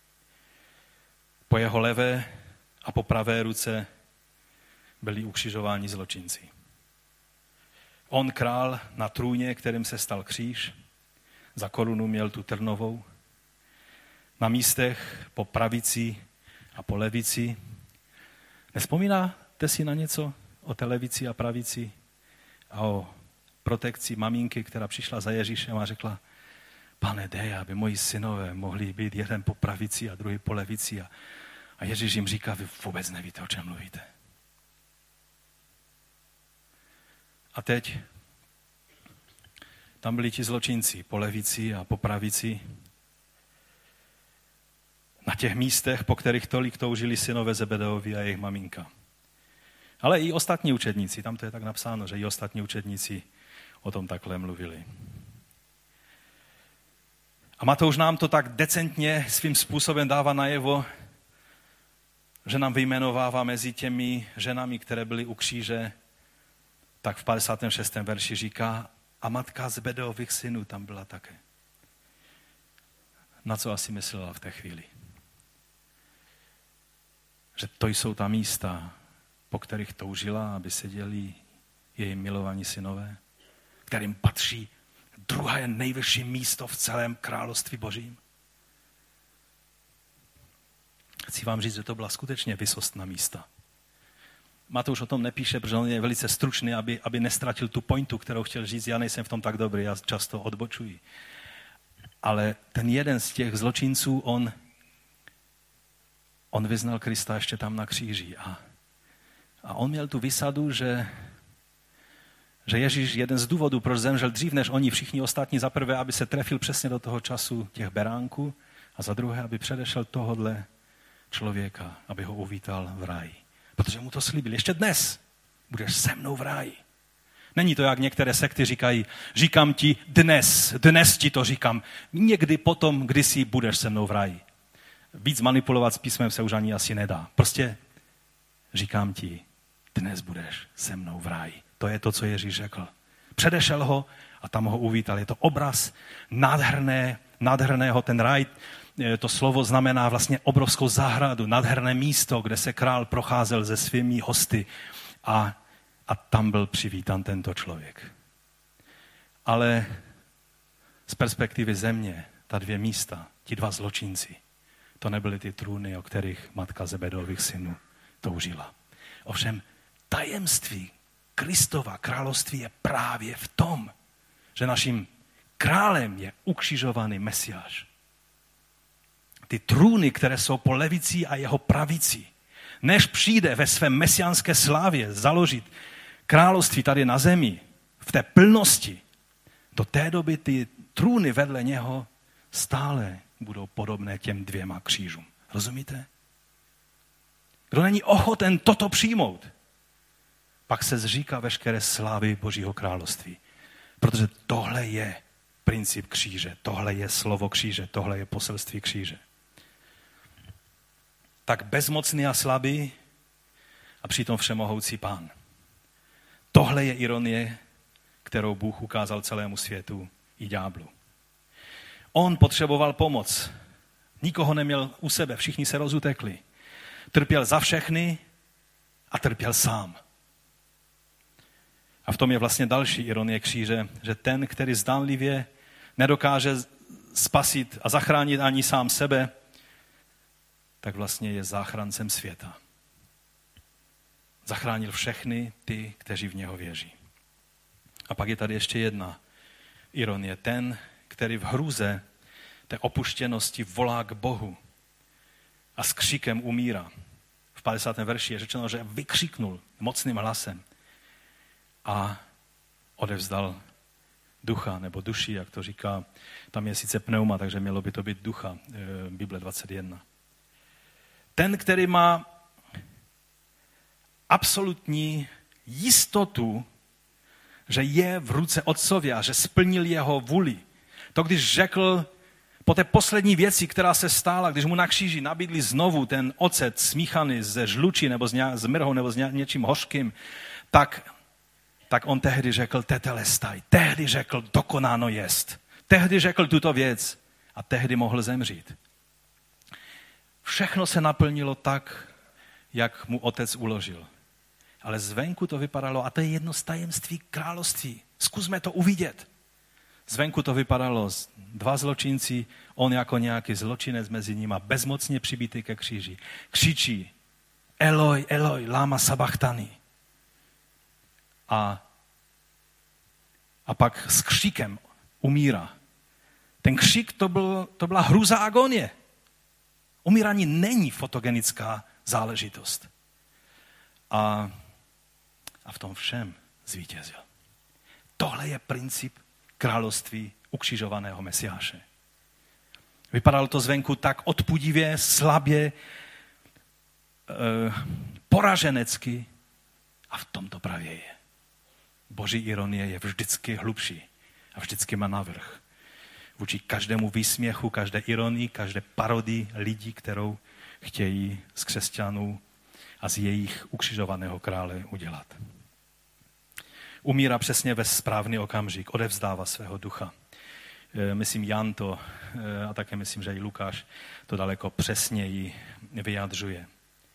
Po jeho levé a po pravé ruce byli ukřižováni zločinci. On král na trůně, kterým se stal kříž, za korunu měl tu trnovou. Na místech po pravici a po levici. Nespomínáte si na něco o té levici a pravici a o protekci maminky, která přišla za Ježíšem a řekla: Pane, dej, aby moji synové mohli být jeden po pravici a druhý po levici. A, a Ježíš jim říká: vy vůbec nevíte, o čem mluvíte. A teď tam byli ti zločinci po levici a po pravici. Na těch místech, po kterých tolik toužili synové Zebedeovi a jejich maminka. Ale i ostatní učedníci, tam to je tak napsáno, že i ostatní učedníci o tom takhle mluvili. A Matouš nám to tak decentně svým způsobem dává najevo, že nám vyjmenovává mezi těmi ženami, které byly u kříže, tak v padesátém šestém verši říká: a matka Zebedeových synů tam byla také. Na co asi myslela v té chvíli? Že to jsou ta místa, po kterých toužila, aby seděli její milovaní synové, kterým patří druhé nejvyšší místo v celém království Božím. Chci vám říct, že to byla skutečně vysostná místa. Matouš o tom nepíše, protože on je velice stručný, aby, aby nestratil tu pointu, kterou chtěl říct. Já nejsem v tom tak dobrý, já často odbočuji. Ale ten jeden z těch zločinců, on, on vyznal Krista ještě tam na kříži. A, a on měl tu výsadu, že, že Ježíš jeden z důvodů, proč zemřel dřív než oni všichni ostatní, za prvé, aby se trefil přesně do toho času těch beránků, a za druhé, aby předešel tohodle člověka, aby ho uvítal v ráji. Protože mu to slíbil. Ještě dnes budeš se mnou v ráji. Není to, jak některé sekty říkají: říkám ti dnes, dnes ti to říkám. Někdy potom, kdysi budeš se mnou v ráji. Víc manipulovat s písmem se už ani asi nedá. Prostě říkám ti, dnes budeš se mnou v ráji. To je to, co Ježíš řekl. Předešel ho a tam ho uvítal. Je to obraz nádherné, nádherného, ten ráj. To slovo znamená vlastně obrovskou zahradu, nádherné místo, kde se král procházel se svými hosty a, a tam byl přivítán tento člověk. Ale z perspektivy země, ta dvě místa, ti dva zločinci, to nebyly ty trůny, o kterých matka Zebedeových synů toužila. Ovšem tajemství Kristova království je právě v tom, že naším králem je ukřižovaný Mesiáš. Ty trůny, které jsou po levici a jeho pravici, než přijde ve své mesiánské slávě založit království tady na zemi, v té plnosti, do té doby ty trůny vedle něho stále budou podobné těm dvěma křížům. Rozumíte? Kdo není ochoten toto přijmout, pak se zříká veškeré slávy Božího království. Protože tohle je princip kříže, tohle je slovo kříže, tohle je poselství kříže. tak bezmocný a slabý a přitom všemohoucí Pán. Tohle je ironie, kterou Bůh ukázal celému světu i ďáblu. On potřeboval pomoc. Nikoho neměl u sebe, všichni se rozutekli. Trpěl za všechny a trpěl sám. A v tom je vlastně další ironie kříže, že ten, který zdánlivě nedokáže spasit a zachránit ani sám sebe, tak vlastně je záchrancem světa. Zachránil všechny ty, kteří v něho věří. A pak je tady ještě jedna ironie. Ten, který v hrůze té opuštěnosti volá k Bohu a s křikem umírá. V padesátém verši je řečeno, že vykřiknul mocným hlasem a odevzdal ducha, nebo duši, jak to říká. Tam je sice pneuma, takže mělo by to být ducha, Bible dvacet jedna. Ten, který má absolutní jistotu, že je v ruce Otcově a že splnil jeho vůli. To, když řekl po té poslední věci, která se stála, když mu na kříži nabídli znovu ten ocet smíchaný ze žluči nebo s mrhou nebo s něčím hořkým, tak, tak on tehdy řekl tetelestaj. Tehdy řekl dokonáno jest. Tehdy řekl tuto věc a tehdy mohl zemřít. Všechno se naplnilo tak, jak mu Otec uložil. Ale zvenku to vypadalo, a to je jedno z tajemství království. Zkusme to uvidět. Zvenku to vypadalo, dva zločinci, on jako nějaký zločinec mezi nimi, bezmocně přibitý ke kříži. Křičí, Eloj, Eloj, lama sabachthani. A, a pak s křikem umírá. Ten křik, to, byl, to byla hrůza agonie. Umírání není fotogenická záležitost. A, a v tom všem zvítězil. Tohle je princip království ukřižovaného Mesiáše. Vypadalo to zvenku tak odpudivě, slabě, e, poraženecky a v tom to právě je. Boží ironie je vždycky hlubší a vždycky má navrch. Vůči každému výsměchu, každé ironii, každé parodii lidí, kterou chtějí z křesťanů a z jejich ukřižovaného krále udělat. Umírá přesně ve správný okamžik, odevzdává svého ducha. Myslím, Jan to, a také myslím, že i Lukáš to daleko přesněji vyjadřuje.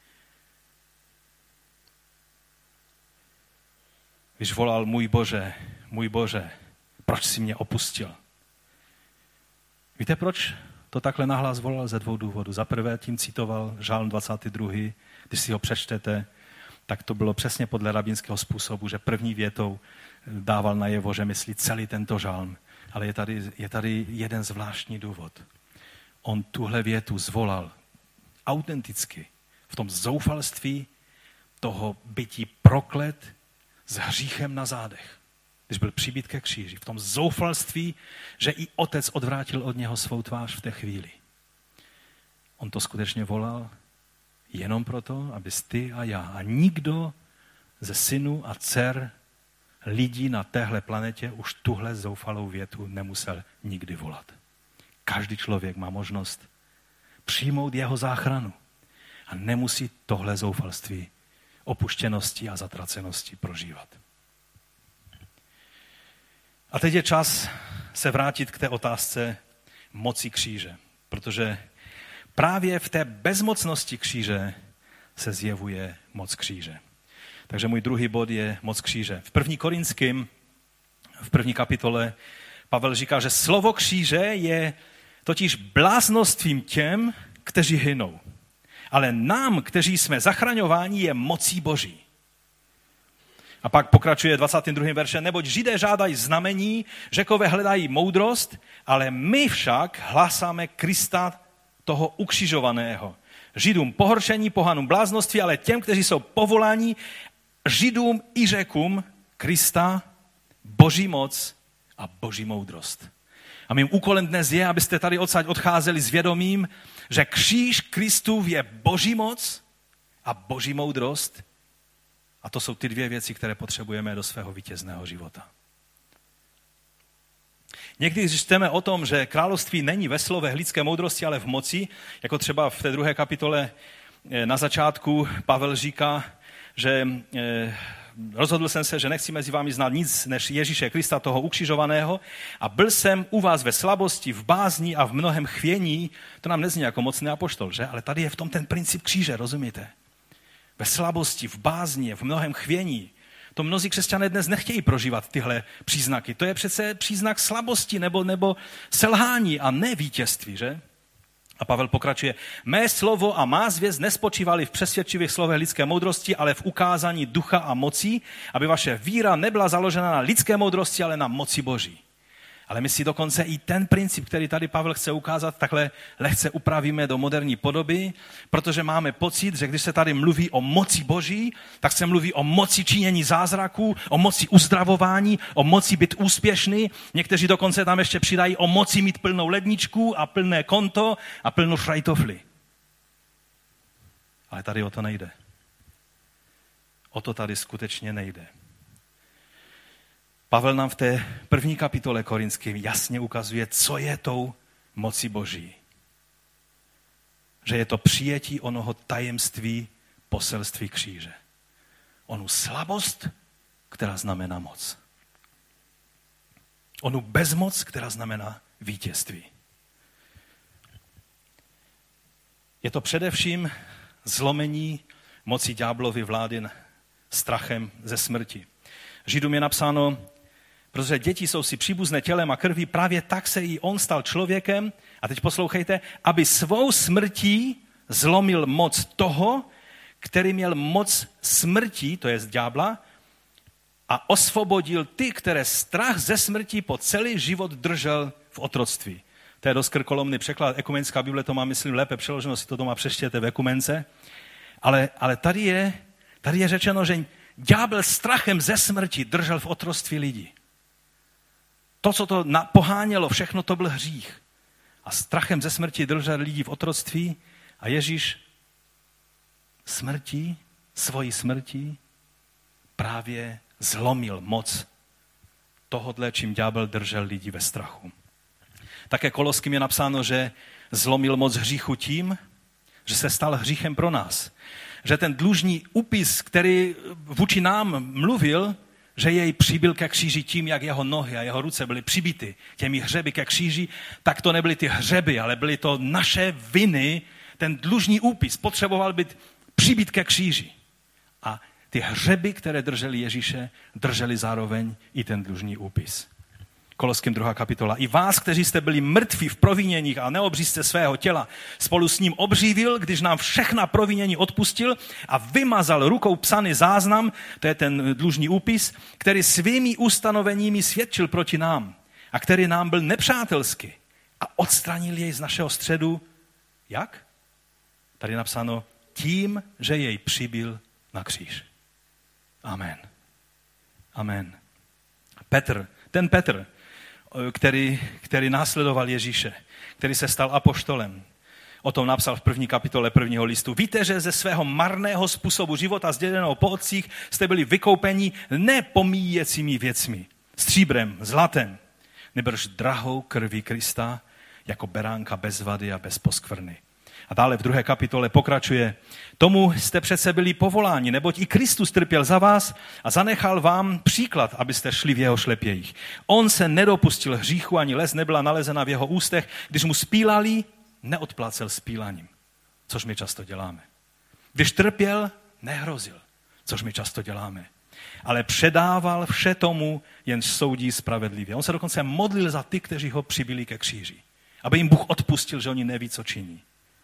Když volal můj Bože, můj Bože, proč jsi mě opustil? Víte, proč to takhle nahlas volal? Ze dvou důvodů. Za prvé tím citoval Žálm dvacátý druhý. Když si ho přečtete, tak to bylo přesně podle rabínského způsobu, že první větou dával najevo, že myslí celý tento žálm. Ale je tady, je tady jeden zvláštní důvod. On tuhle větu zvolal autenticky, v tom zoufalství toho bytí proklet s hříchem na zádech. Když byl přibit ke kříži, v tom zoufalství, že i Otec odvrátil od něho svou tvář v té chvíli. On to skutečně volal jenom proto, abys ty a já a nikdo ze synů a dcer lidí na téhle planetě už tuhle zoufalou větu nemusel nikdy volat. Každý člověk má možnost přijmout jeho záchranu a nemusí tohle zoufalství, opuštěnosti a zatracenosti prožívat. A teď je čas se vrátit k té otázce moci kříže, protože právě v té bezmocnosti kříže se zjevuje moc kříže. Takže můj druhý bod je moc kříže. V první Korinským, v první kapitole, Pavel říká, že slovo kříže je totiž bláznostvím těm, kteří hynou. Ale nám, kteří jsme zachraňováni, je mocí Boží. A pak pokračuje dvacátým druhým veršem, neboť Židé žádají znamení, Řekové hledají moudrost, ale my však hlásáme Krista toho ukřižovaného. Židům pohoršení, pohanům bláznoství, ale těm, kteří jsou povoláni, Židům i Řekům Krista, Boží moc a Boží moudrost. A mým úkolem dnes je, abyste tady odsaď odcházeli s vědomím, že kříž Kristův je Boží moc a Boží moudrost. A to jsou ty dvě věci, které potřebujeme do svého vítězného života. Někdy, když čteme o tom, že království není ve slovech lidské moudrosti, ale v moci, jako třeba v té druhé kapitole na začátku Pavel říká, že rozhodl jsem se, že nechci mezi vámi znát nic než Ježíše Krista, toho ukřižovaného, a byl jsem u vás ve slabosti, v bázni a v mnohem chvění. To nám nezní jako mocný apoštol, že? Ale tady je v tom ten princip kříže, rozumíte? Ve slabosti, v bázni, v mnohem chvění. To mnozí křesťané dnes nechtějí prožívat tyhle příznaky. To je přece příznak slabosti nebo, nebo selhání a ne vítězství, že? A Pavel pokračuje. Mé slovo a má zvěst nespočívaly v přesvědčivých slovech lidské moudrosti, ale v ukázání ducha a mocí, aby vaše víra nebyla založena na lidské moudrosti, ale na moci Boží. Ale my si dokonce i ten princip, který tady Pavel chce ukázat, takhle lehce upravíme do moderní podoby, protože máme pocit, že když se tady mluví o moci Boží, tak se mluví o moci činění zázraků, o moci uzdravování, o moci být úspěšný. Někteří dokonce tam ještě přidají o moci mít plnou ledničku a plné konto a plnou šrajtofly. Ale tady o to nejde. O to tady skutečně nejde. Pavel nám v té první kapitole Korinským jasně ukazuje, co je tou mocí Boží. Že je to přijetí onoho tajemství poselství kříže. Onu slabost, která znamená moc. Onu bezmoc, která znamená vítězství. Je to především zlomení moci ďáblovy vlády strachem ze smrti. Židům je napsáno, protože děti jsou si příbuzné tělem a krví, právě tak se i on stal člověkem, a teď poslouchejte, aby svou smrtí zlomil moc toho, který měl moc smrti, to je z ďábla, a osvobodil ty, které strach ze smrti po celý život držel v otroctví. To je dost krkolomný překlad, Ekumenská Bible to má, myslím, lépe přeloženo, si to doma přečtěte v Ekumence, ale, ale tady, je, tady je řečeno, že ďábel strachem ze smrti držel v otroctví lidí. To, co to pohánělo, všechno to byl hřích. A strachem ze smrti držel lidi v otroctví a Ježíš smrtí, svojí smrtí právě zlomil moc tohodle, čím ďábel držel lidi ve strachu. Také Koloským je napsáno, že zlomil moc hříchu tím, že se stal hříchem pro nás. Že ten dlužný úpis, který vůči nám mluvil, že jej přibyl ke kříži tím, jak jeho nohy a jeho ruce byly přibity těmi hřeby ke kříži, tak to nebyly ty hřeby, ale byly to naše viny. Ten dlužný úpis potřeboval být přibit ke kříži. A ty hřeby, které drželi Ježíše, drželi zároveň i ten dlužný úpis. Koloským druhá kapitola. I vás, kteří jste byli mrtví v proviněních a neobřízce svého těla, spolu s ním obřívil, když nám všechna provinění odpustil a vymazal rukou psaný záznam, to je ten dlužný úpis, který svými ustanoveními svědčil proti nám a který nám byl nepřátelský a odstranil jej z našeho středu. Jak? Tady je napsáno tím, že jej přibyl na kříž. Amen. Amen. Petr, ten Petr, Který, který následoval Ježíše, který se stal apoštolem. O tom napsal v první kapitole prvního listu. Víte, že ze svého marného způsobu života zděděného po otcích jste byli vykoupeni nepomíjecími věcmi, stříbrem, zlatem, nebož drahou krví Krista, jako beránka bez vady a bez poskvrny. A dále v druhé kapitole pokračuje. Tomu jste přece byli povoláni, neboť i Kristus trpěl za vás a zanechal vám příklad, abyste šli v jeho šlepějích. On se nedopustil hříchu, ani les nebyla nalezena v jeho ústech. Když mu spílali, neodplácel spílaním, což my často děláme. Když trpěl, nehrozil, což my často děláme. Ale předával vše tomu, jen soudí spravedlivě. On se dokonce modlil za ty, kteří ho přibili ke kříži. Aby jim Bůh odpustil, že oni neví, co činí.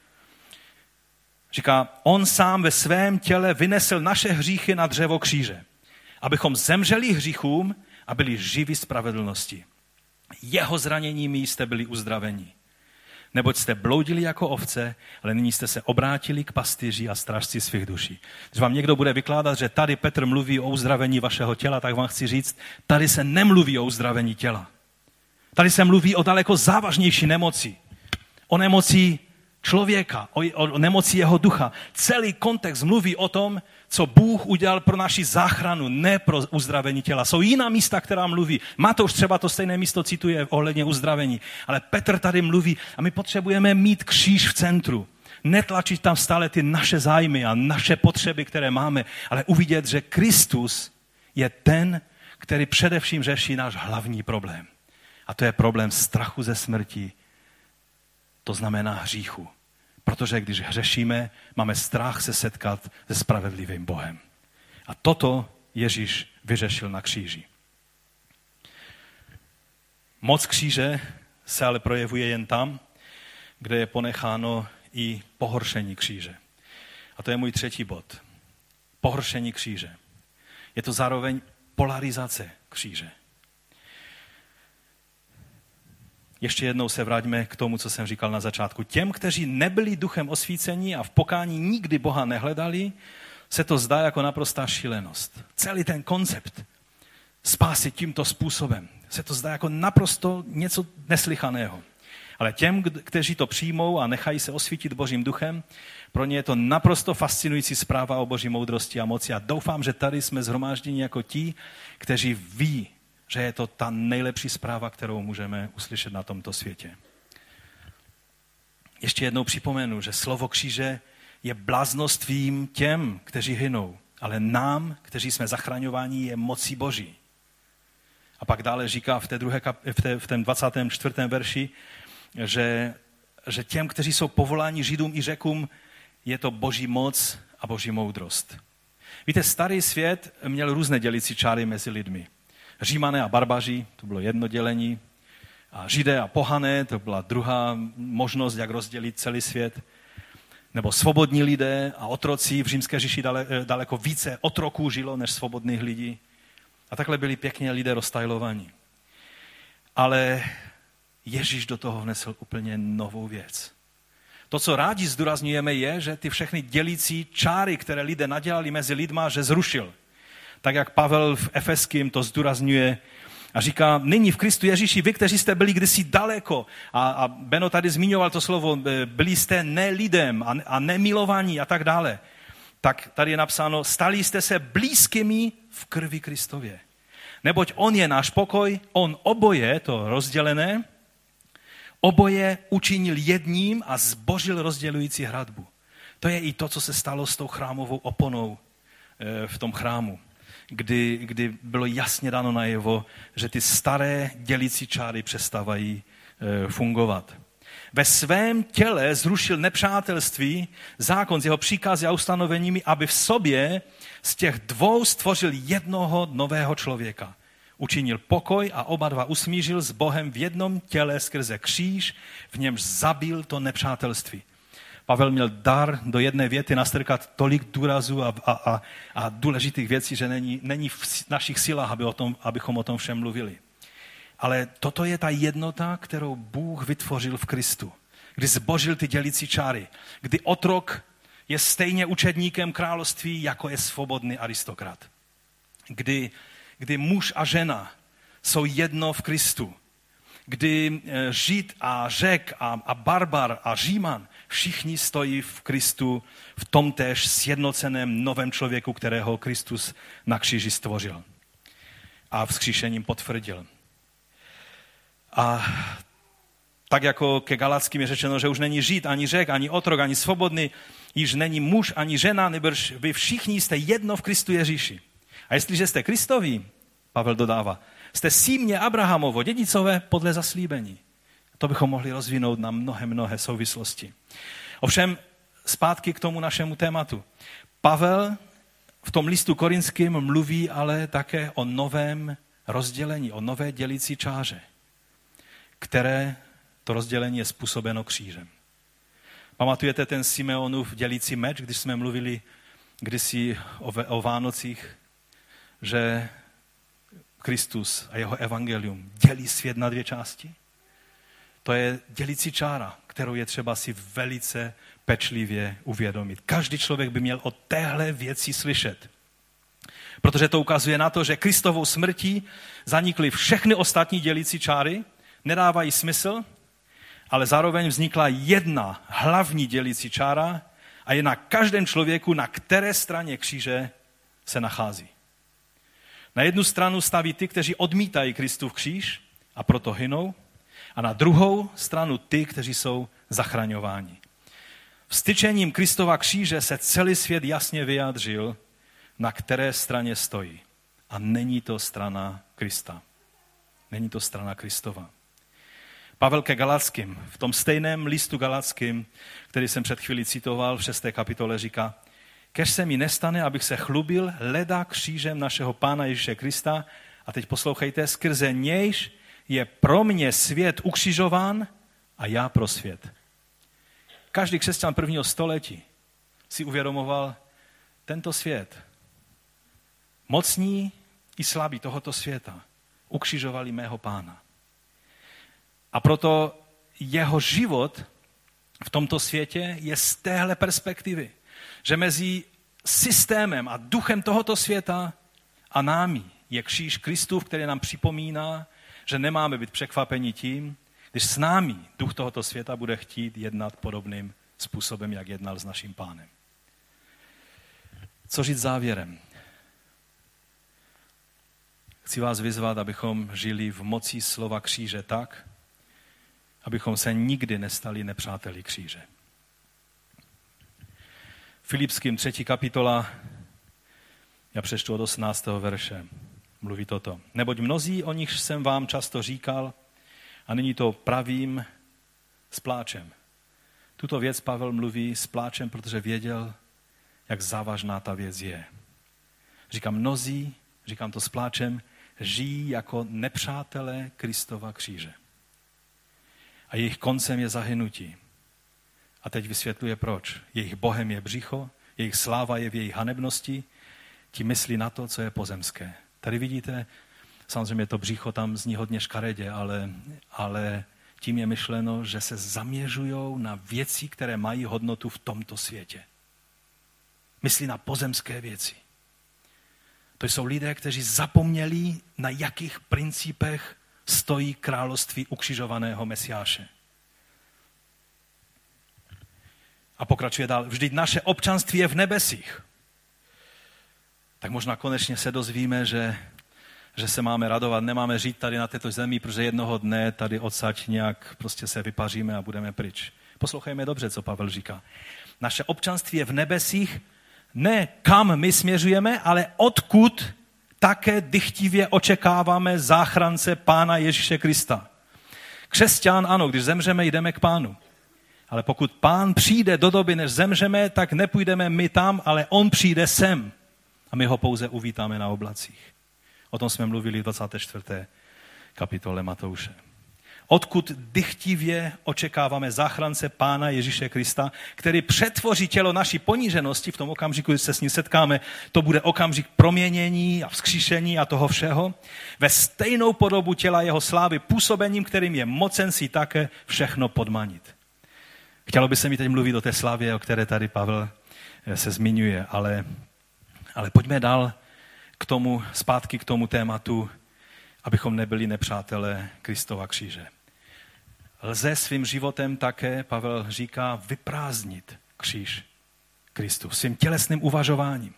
Říká, on sám ve svém těle vynesl naše hříchy na dřevo kříže, abychom zemřeli hříchům a byli živi spravedlnosti. Jeho zraněními jste byli uzdraveni. Neboť jste bloudili jako ovce, ale nyní jste se obrátili k pastýři a strážci svých duší. Když vám někdo bude vykládat, že tady Petr mluví o uzdravení vašeho těla, tak vám chci říct, tady se nemluví o uzdravení těla. Tady se mluví o daleko závažnější nemoci. O nemoci člověka, o, o nemoci jeho ducha. Celý kontext mluví o tom, co Bůh udělal pro naši záchranu, ne pro uzdravení těla. Jsou jiná místa, která mluví. Matouš třeba to stejné místo cituje ohledně uzdravení. Ale Petr tady mluví a my potřebujeme mít kříž v centru. netlačit tam stále ty naše zájmy a naše potřeby, které máme, ale uvidět, že Kristus je ten, který především řeší náš hlavní problém. A to je problém strachu ze smrti, to znamená hříchu. Protože když hřešíme, máme strach se setkat se spravedlivým Bohem. A toto Ježíš vyřešil na kříži. Moc kříže se ale projevuje jen tam, kde je ponecháno i pohoršení kříže. A to je můj třetí bod. Pohoršení kříže. Je to zároveň polarizace kříže. Ještě jednou se vraťme k tomu, co jsem říkal na začátku. Těm, kteří nebyli duchem osvícení a v pokání nikdy Boha nehledali, se to zdá jako naprostá šílenost. Celý ten koncept spásy tímto způsobem se to zdá jako naprosto něco neslychaného. Ale těm, kteří to přijmou a nechají se osvítit Božím duchem, pro ně je to naprosto fascinující zpráva o Boží moudrosti a moci. A doufám, že tady jsme shromážděni jako ti, kteří ví, že je to ta nejlepší zpráva, kterou můžeme uslyšet na tomto světě. Ještě jednou připomenu, že slovo kříže je bláznostvím těm, kteří hynou, ale nám, kteří jsme zachraňováni, je mocí Boží. A pak dále říká v, té druhé kap, v, té, v tom dvacátém čtvrtém verši, že, že těm, kteří jsou povoláni Židům i Řekům, je to Boží moc a Boží moudrost. Víte, starý svět měl různé dělicí čáry mezi lidmi. Římané a barbaři, to bylo jedno dělení, a Židé a pohané, to byla druhá možnost, jak rozdělit celý svět. Nebo svobodní lidé a otroci, v římské říši daleko více otroků žilo než svobodných lidí. A takhle byli pěkně lidé roztajlovaní. Ale Ježíš do toho vnesl úplně novou věc. To, co rádi zdůrazňujeme, je, že ty všechny dělící čáry, které lidé nadělali mezi lidma, že zrušil. Tak jak Pavel v Efeským to zdůrazňuje a říká, nyní v Kristu Ježíši, vy, kteří jste byli kdysi daleko. A, a Beno tady zmiňoval to slovo, byli jste ne lidem a, a nemilovaní a tak dále. Tak tady je napsáno, stali jste se blízkými v krvi Kristově. Neboť on je náš pokoj, on oboje, to rozdělené, oboje učinil jedním a zbořil rozdělující hradbu. To je i to, co se stalo s tou chrámovou oponou v tom chrámu, kdy, kdy bylo jasně dáno najevo, že ty staré dělící čáry přestávají fungovat. Ve svém těle zrušil nepřátelství, zákon s jeho příkazy a ustanoveními, aby v sobě z těch dvou stvořil jednoho nového člověka. Učinil pokoj a oba dva usmířil s Bohem v jednom těle skrze kříž, v němž zabil to nepřátelství. Pavel měl dar do jedné věty nastrkat tolik důrazů a, a, a, a důležitých věcí, že není, není v našich silách, aby o tom, abychom o tom všem mluvili. Ale toto je ta jednota, kterou Bůh vytvořil v Kristu, kdy zbořil ty dělící čáry, kdy otrok je stejně učedníkem království, jako je svobodný aristokrat. Kdy, kdy muž a žena jsou jedno v Kristu, kdy Žid a Řek a, a barbar a Říman všichni stojí v Kristu v tomtéž sjednoceném novém člověku, kterého Kristus na kříži stvořil a vzkříšením potvrdil. A tak jako ke Galackým je řečeno, že už není Žid, ani Řek, ani otrok, ani svobodný, již není muž, ani žena, nebož vy všichni jste jedno v Kristu Ježíši. A jestliže jste Kristoví, Pavel dodává, jste símě Abrahamovo, dědicové podle zaslíbení. To bychom mohli rozvinout na mnohé, mnohé souvislosti. Ovšem, zpátky k tomu našemu tématu. Pavel v tom listu korinským mluví ale také o novém rozdělení, o nové dělící čáře, které to rozdělení je způsobeno křížem. Pamatujete ten Simeonův dělící meč, když jsme mluvili kdysi o, o Vánocích, že Kristus a jeho evangelium dělí svět na dvě části? To je dělící čára, kterou je třeba si velice pečlivě uvědomit. Každý člověk by měl o téhle věci slyšet. Protože to ukazuje na to, že Kristovou smrtí zanikly všechny ostatní dělící čáry, nedávají smysl, ale zároveň vznikla jedna hlavní dělící čára a je na každém člověku, na které straně kříže se nachází. Na jednu stranu staví ty, kteří odmítají Kristův kříž a proto hynou, a na druhou stranu ty, kteří jsou zachraňováni. Vstyčením Kristova kříže se celý svět jasně vyjádřil, na které straně stojí. A není to strana Krista. Není to strana Kristova. Pavel ke Galackým, v tom stejném listu Galackým, který jsem před chvílí citoval v šesté kapitole, říká: Kež se mi nestane, abych se chlubil leda křížem našeho Pána Ježíše Krista, a teď poslouchejte, skrze nějž je pro mě svět ukřižován a já pro svět. Každý křesťan prvního století si uvědomoval, tento svět, mocní i slabí tohoto světa, ukřižovali mého Pána. A proto jeho život v tomto světě je z téhle perspektivy, že mezi systémem a duchem tohoto světa a námi je kříž Kristův, který nám připomíná, že nemáme být překvapeni tím, když s námi duch tohoto světa bude chtít jednat podobným způsobem, jak jednal s naším Pánem. Co říct závěrem? Chci vás vyzvat, abychom žili v moci slova kříže tak, abychom se nikdy nestali nepřáteli kříže. Filipským třetí kapitola, já přečtu od osmnáctého verše, mluví toto. Neboť mnozí, o nich jsem vám často říkal, a nyní to pravím s pláčem. Tuto věc Pavel mluví s pláčem, protože věděl, jak závažná ta věc je. Říkám mnozí, říkám to s pláčem, žijí jako nepřátelé Kristova kříže. A jejich koncem je zahynutí. A teď vysvětluje proč. Jejich bohem je břicho, jejich sláva je v jejich hanebnosti, ti myslí na to, co je pozemské. Tady vidíte, samozřejmě to břicho tam zní hodně škaredě, ale, ale tím je myšleno, že se zaměřují na věci, které mají hodnotu v tomto světě. Myslí na pozemské věci. To jsou lidé, kteří zapomněli, na jakých principech stojí království ukřižovaného Mesiáše. A pokračuje dál. Vždyť naše občanství je v nebesích. Tak možná konečně se dozvíme, že, že se máme radovat. Nemáme žít tady na této zemi, protože jednoho dne tady odsaď nějak prostě se vypaříme a budeme pryč. Poslouchejme dobře, co Pavel říká. Naše občanství je v nebesích, ne kam my směřujeme, ale odkud také dychtivě očekáváme záchrance Pána Ježíše Krista. Křesťan, ano, když zemřeme, jdeme k Pánu. Ale pokud Pán přijde do doby, než zemřeme, tak nepůjdeme my tam, ale on přijde sem. A my ho pouze uvítáme na oblacích. O tom jsme mluvili v dvacáté čtvrté kapitole Matouše. Odkud dychtivě očekáváme záchrance Pána Ježíše Krista, který přetvoří tělo naší poníženosti, v tom okamžiku, kdy se s ním setkáme, to bude okamžik proměnění a vzkříšení a toho všeho, ve stejnou podobu těla jeho slávy, působením, kterým je mocen si také všechno podmanit. Chtělo by se mi teď mluvit o té slávě, o které tady Pavel se zmiňuje, ale, ale pojďme dál k tomu, zpátky k tomu tématu, abychom nebyli nepřátelé Kristova kříže. Lze svým životem také, Pavel říká, vyprázdnit kříž Kristu svým tělesným uvažováním.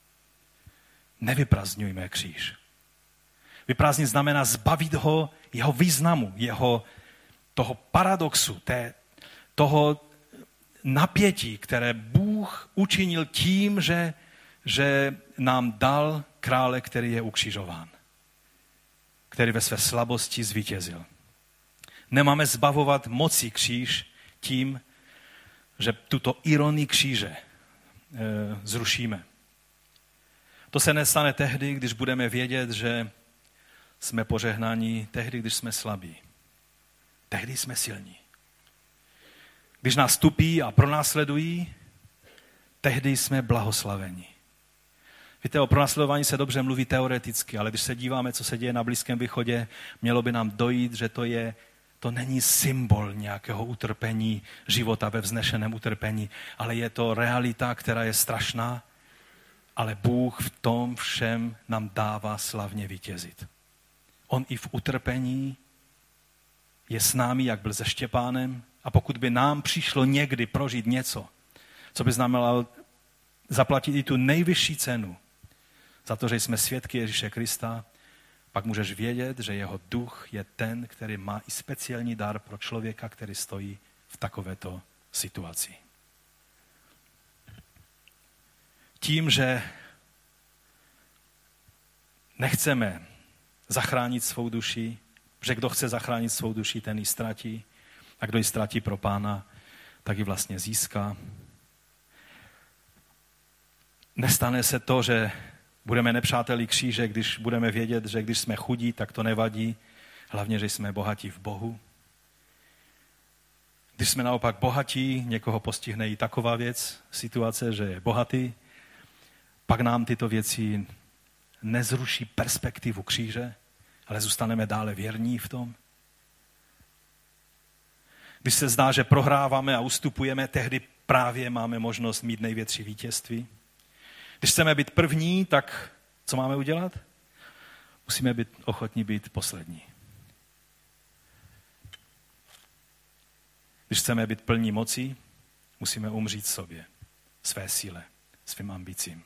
Nevyprázdňujme kříž. Vyprázdnit znamená zbavit ho jeho významu, jeho toho paradoxu, té, toho napětí, které Bůh učinil tím, že, že nám dal krále, který je ukřižován, který ve své slabosti zvítězil. Nemáme zbavovat moci kříž tím, že tuto ironii kříže e, zrušíme. To se nestane tehdy, když budeme vědět, že jsme požehnáni, tehdy, když jsme slabí. Tehdy jsme silní. Když nás tupí a pronásledují, tehdy jsme blahoslaveni. Víte, o pronásledování se dobře mluví teoreticky, ale když se díváme, co se děje na Blízkém východě, mělo by nám dojít, že to je, to není symbol nějakého utrpení, života ve vznešeném utrpení, ale je to realita, která je strašná, ale Bůh v tom všem nám dává slavně vítězit. On i v utrpení je s námi, jak byl se Štěpánem, a pokud by nám přišlo někdy prožít něco, co by znamenalo zaplatit i tu nejvyšší cenu za to, že jsme svědky Ježíše Krista, pak můžeš vědět, že jeho duch je ten, který má i speciální dar pro člověka, který stojí v takovéto situaci. tím, že nechceme zachránit svou duši, že kdo chce zachránit svou duši, ten ji ztratí. A kdo ji ztratí pro Pána, tak ji vlastně získá. Nestane se to, že budeme nepřáteli kříže, když budeme vědět, že když jsme chudí, tak to nevadí. Hlavně, že jsme bohatí v Bohu. Když jsme naopak bohatí, někoho postihne i taková věc, situace, že je bohatý, pak nám tyto věci nezruší perspektivu kříže, ale zůstaneme dále věrní v tom. Když se zdá, že prohráváme a ustupujeme, tehdy právě máme možnost mít největší vítězství. Když chceme být první, tak co máme udělat? Musíme být ochotní být poslední. Když chceme být plní moci, musíme umřít sobě, své síle, svým ambicím.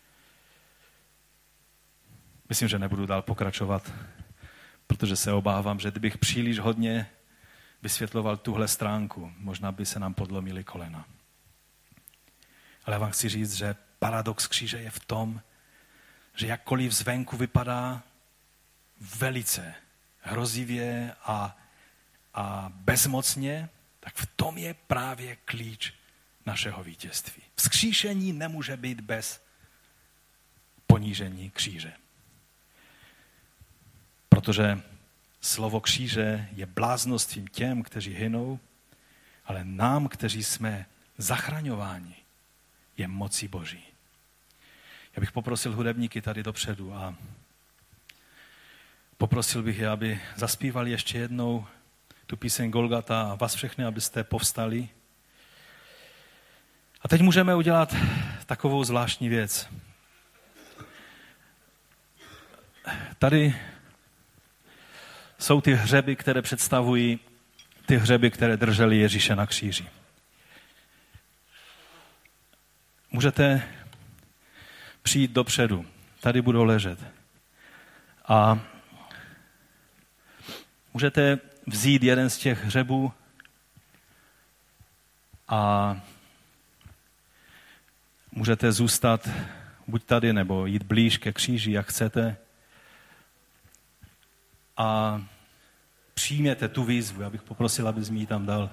Myslím, že nebudu dál pokračovat, protože se obávám, že kdybych příliš hodně vysvětloval tuhle stránku, možná by se nám podlomily kolena. Ale já vám chci říct, že paradox kříže je v tom, že jakkoliv zvenku vypadá velice hrozivě a, a bezmocně, tak v tom je právě klíč našeho vítězství. Vzkříšení nemůže být bez ponížení kříže. Protože slovo kříže je bláznostvím těm, kteří hynou, ale nám, kteří jsme zachraňováni, je mocí Boží. Já bych poprosil hudebníky tady dopředu a poprosil bych je, aby zaspívali ještě jednou tu píseň Golgata a vás všechny, abyste povstali. A teď můžeme udělat takovou zvláštní věc. Tady jsou ty hřeby, které představují ty hřeby, které držely Ježíše na kříži. Můžete přijít dopředu. Tady budou ležet. A můžete vzít jeden z těch hřebů a můžete zůstat buď tady, nebo jít blíž ke kříži, jak chcete. A přijměte tu výzvu. Já bych poprosil, abys mi ji tam dal.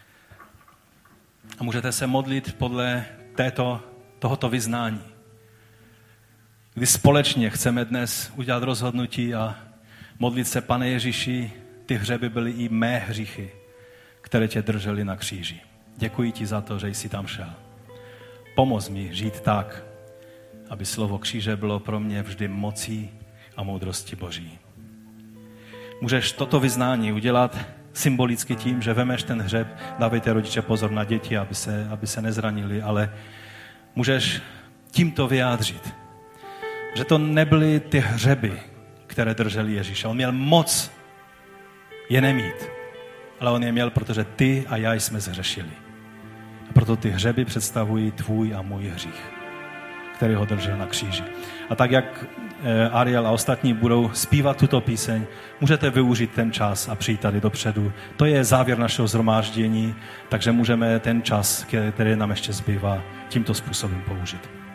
A můžete se modlit podle této, tohoto vyznání. Kdy společně chceme dnes udělat rozhodnutí a modlit se, Pane Ježíši, ty hřeby byly i mé hříchy, které tě držely na kříži. Děkuji ti za to, že jsi tam šel. Pomoz mi žít tak, aby slovo kříže bylo pro mě vždy mocí a moudrosti Boží. Můžeš toto vyznání udělat symbolicky tím, že vemeš ten hřeb, dávejte rodiče pozor na děti, aby se, aby se nezranili, ale můžeš tímto vyjádřit, že to nebyly ty hřeby, které drželi Ježíše. On měl moc je nemít, ale on je měl, protože ty a já jsme zhřešili. A proto ty hřeby představují tvůj a můj hřích, který ho držel na kříži. A tak, jak Ariel a ostatní budou zpívat tuto píseň, můžete využít ten čas a přijít tady dopředu. To je závěr našeho shromáždění, takže můžeme ten čas, který nám ještě zbývá, tímto způsobem použít.